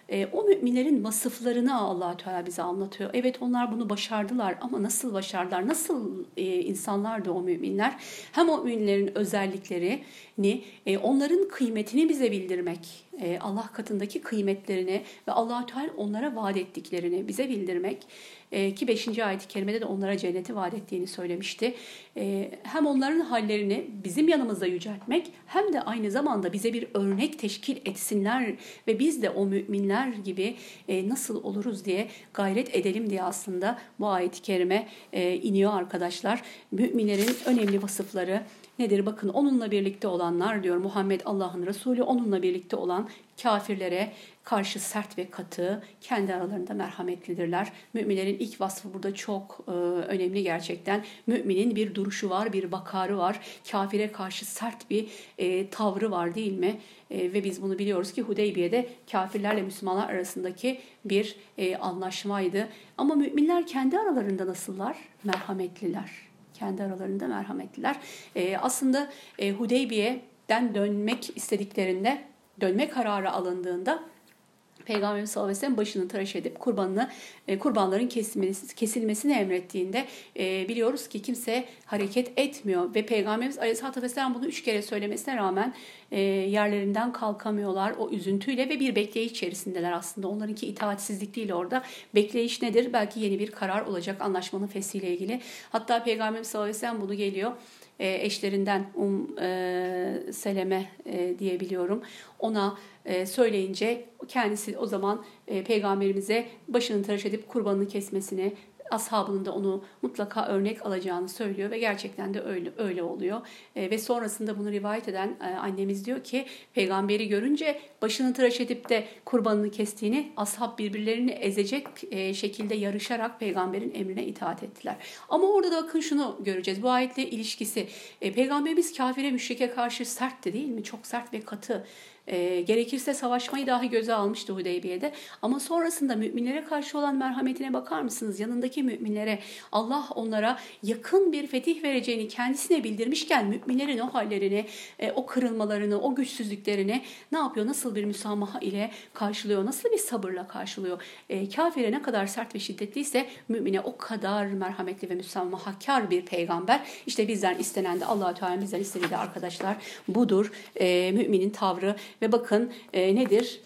E, o müminlerin vasıflarını Allah Teala bize anlatıyor. Evet, onlar bunu başardılar ama nasıl başardılar? Nasıl e, insanlardı o müminler? Hem o müminlerin özelliklerini, e, onların kıymetini bize bildirmek, e, Allah katındaki kıymetlerini ve Allah Teala onlara vaat ettiklerini bize bildirmek. E, ki beşinci ayet-i kerimede de onlara cenneti vaat ettiğini söylemişti. E, hem onların hallerini bizim yanımızda yüceltmek, hem de aynı zamanda bize bir örnek teşkil etsinler ve biz de o müminler gibi e, nasıl oluruz diye gayret edelim diye aslında bu ayet-i kerime e, iniyor arkadaşlar. Müminlerin önemli vasıfları nedir? Bakın, onunla birlikte olanlar diyor Muhammed Allah'ın Resulü, onunla birlikte olan kafirlere karşı sert ve katı, kendi aralarında merhametlidirler. Müminlerin ilk vasfı burada çok e, önemli gerçekten. Müminin bir duruşu var, bir vakarı var. Kafire karşı sert bir e, tavrı var, değil mi? E, ve biz bunu biliyoruz ki Hudeybiye'de kafirlerle Müslümanlar arasındaki bir e, anlaşmaydı. Ama müminler kendi aralarında nasıllar? Merhametliler. Kendi aralarında merhametliler. E, aslında e, Hudeybiye'den dönmek istediklerinde, dönme kararı alındığında Peygamberimiz sallallahu aleyhi ve sellem başını tıraş edip kurbanını, e, kurbanların kesilmesi, kesilmesini emrettiğinde e, biliyoruz ki kimse hareket etmiyor ve Peygamberimiz aleyhissalatü vesselam bunu üç kere söylemesine rağmen e, yerlerinden kalkamıyorlar o üzüntüyle ve bir bekleyiş içerisindeler aslında. Onlarınki itaatsizlik değil orada. Bekleyiş nedir? Belki yeni bir karar olacak anlaşmanın feshiyle ilgili. Hatta Peygamberimiz sallallahu aleyhi ve sellem bunu geliyor. E, eşlerinden Um e, Seleme e, diyebiliyorum. Ona e, söyleyince kendisi o zaman e, Peygamberimize başını tıraş edip kurbanını kesmesini, ashabının da onu mutlaka örnek alacağını söylüyor ve gerçekten de öyle öyle oluyor. E, ve sonrasında bunu rivayet eden e, annemiz diyor ki peygamberi görünce başını tıraş edip de kurbanını kestiğini, ashab birbirlerini ezecek e, şekilde yarışarak peygamberin emrine itaat ettiler. Ama orada da bakın şunu göreceğiz. Bu ayetle ilişkisi. E, peygamberimiz kafire, müşrike karşı sertti, değil mi? Çok sert ve katı. E, gerekirse savaşmayı dahi göze almıştı Hudeybiye'de. Ama sonrasında müminlere karşı olan merhametine bakar mısınız? Yanındaki müminlere Allah onlara yakın bir fetih vereceğini kendisine bildirmişken müminlerin o hallerini, e, o kırılmalarını, o güçsüzlüklerini ne yapıyor? Nasıl bir müsamaha ile karşılıyor? Nasıl bir sabırla karşılıyor? E, kafire ne kadar sert ve şiddetliyse mümine o kadar merhametli ve müsamahakar bir peygamber. İşte bizden istenen de Allah-u Teala bizden istediği de arkadaşlar budur. E, müminin tavrı. Ve bakın e, nedir?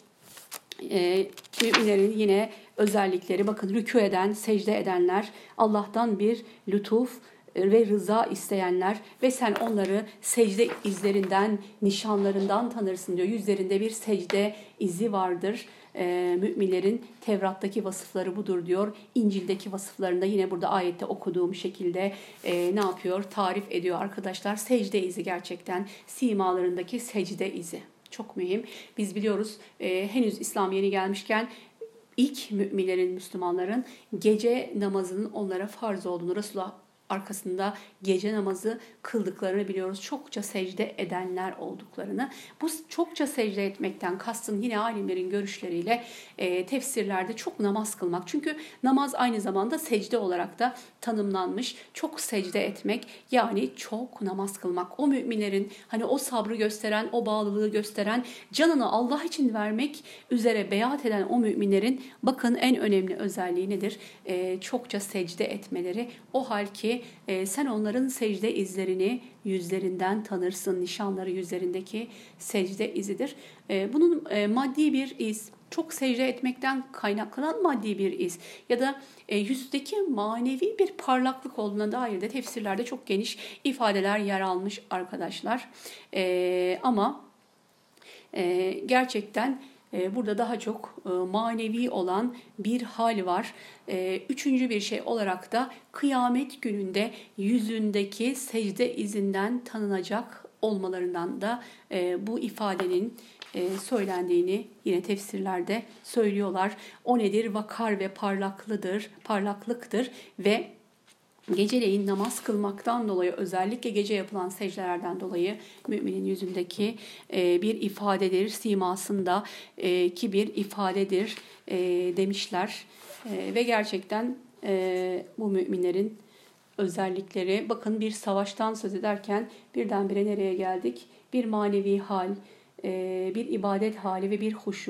E, müminlerin yine özellikleri, bakın rükû eden, secde edenler, Allah'tan bir lütuf ve rıza isteyenler ve sen onları secde izlerinden, nişanlarından tanırsın diyor. Yüzlerinde bir secde izi vardır. E, müminlerin Tevrat'taki vasıfları budur diyor. İncil'deki vasıflarında yine burada ayette okuduğum şekilde e, ne yapıyor? Tarif ediyor arkadaşlar. Secde izi, gerçekten simalarındaki secde izi. Çok mühim. Biz biliyoruz e, henüz İslam yeni gelmişken ilk müminlerin, Müslümanların gece namazının onlara farz olduğunu, Resulullah arkasında gece namazı kıldıklarını biliyoruz. Çokça secde edenler olduklarını. Bu çokça secde etmekten kastın yine alimlerin görüşleriyle e, tefsirlerde çok namaz kılmak. Çünkü namaz aynı zamanda secde olarak da tanımlanmış. Çok secde etmek, yani çok namaz kılmak. O müminlerin hani o sabrı gösteren, o bağlılığı gösteren, canını Allah için vermek üzere beyat eden o müminlerin bakın en önemli özelliği nedir? E, çokça secde etmeleri. O hal ki e, sen onların secde izlerini yüzlerinden tanırsın. Nişanları yüzlerindeki secde izidir. E, bunun e, maddi bir iz, çok secde etmekten kaynaklanan maddi bir iz ya da e, yüzdeki manevi bir parlaklık olduğuna dair de tefsirlerde çok geniş ifadeler yer almış arkadaşlar. E, ama e, gerçekten e, burada daha çok e, manevi olan bir hal var. E, üçüncü bir şey olarak da kıyamet gününde yüzündeki secde izinden tanınacak olmalarından da e, bu ifadenin e, söylendiğini yine tefsirlerde söylüyorlar. O nedir? Vakar ve parlaklıdır, parlaklıktır ve geceleyin namaz kılmaktan dolayı, özellikle gece yapılan secdelerden dolayı müminin yüzündeki e, bir ifadedir, simasında e, ki bir ifadedir e, demişler. E, ve gerçekten e, bu müminlerin özellikleri, bakın bir savaştan söz ederken birdenbire nereye geldik? Bir manevi hal, e, bir ibadet hali ve bir huşu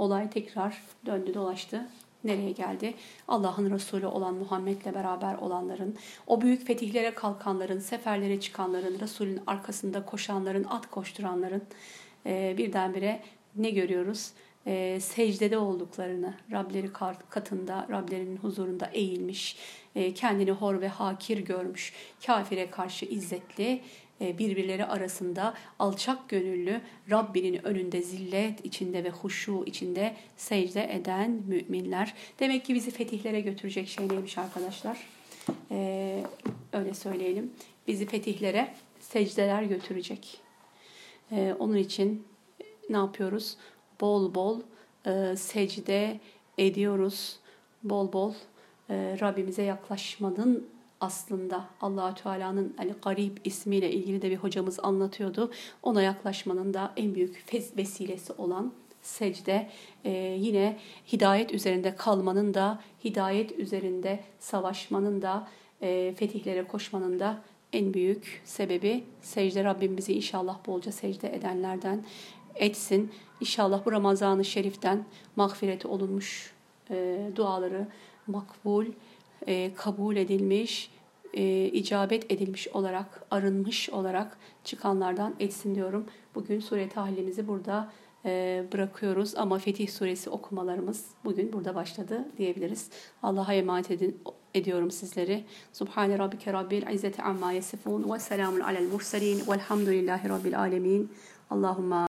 olay tekrar döndü dolaştı. Nereye geldi? Allah'ın Resulü olan Muhammed'le beraber olanların, o büyük fetihlere kalkanların, seferlere çıkanların, Resulün arkasında koşanların, at koşturanların e, birdenbire ne görüyoruz? E, secdede olduklarını, Rableri katında, Rablerinin huzurunda eğilmiş, e, kendini hor ve hakir görmüş, kafire karşı izzetli, birbirleri arasında alçak gönüllü, Rabbinin önünde zillet içinde ve huşu içinde secde eden müminler. Demek ki bizi fetihlere götürecek şey neymiş arkadaşlar? Ee, öyle söyleyelim. Bizi fetihlere secdeler götürecek. Ee, onun için ne yapıyoruz? Bol bol e, secde ediyoruz. Bol bol e, Rabbimize yaklaşmanın aslında Allah-u Teala'nın El-Garib ismiyle ilgili de bir hocamız anlatıyordu. Ona yaklaşmanın da en büyük vesilesi olan secde. Ee, yine hidayet üzerinde kalmanın da, hidayet üzerinde savaşmanın da, e, fetihlere koşmanın da en büyük sebebi secde. Rabbim bizi inşallah bolca secde edenlerden etsin. İnşallah bu Ramazan-ı Şerif'ten mağfireti olunmuş e, duaları makbul, e, kabul edilmiş, e, icabet edilmiş olarak, arınmış olarak çıkanlardan etsin diyorum. Bugün sure tahlilimizi burada e, bırakıyoruz ama Fetih suresi okumalarımız bugün burada başladı diyebiliriz. Allah'a emanet edin, ediyorum sizleri. Subhane rabbike rabbil izzeti amma yasifun ve selamun alel murselin velhamdülillahi rabbil alemin. Allahumma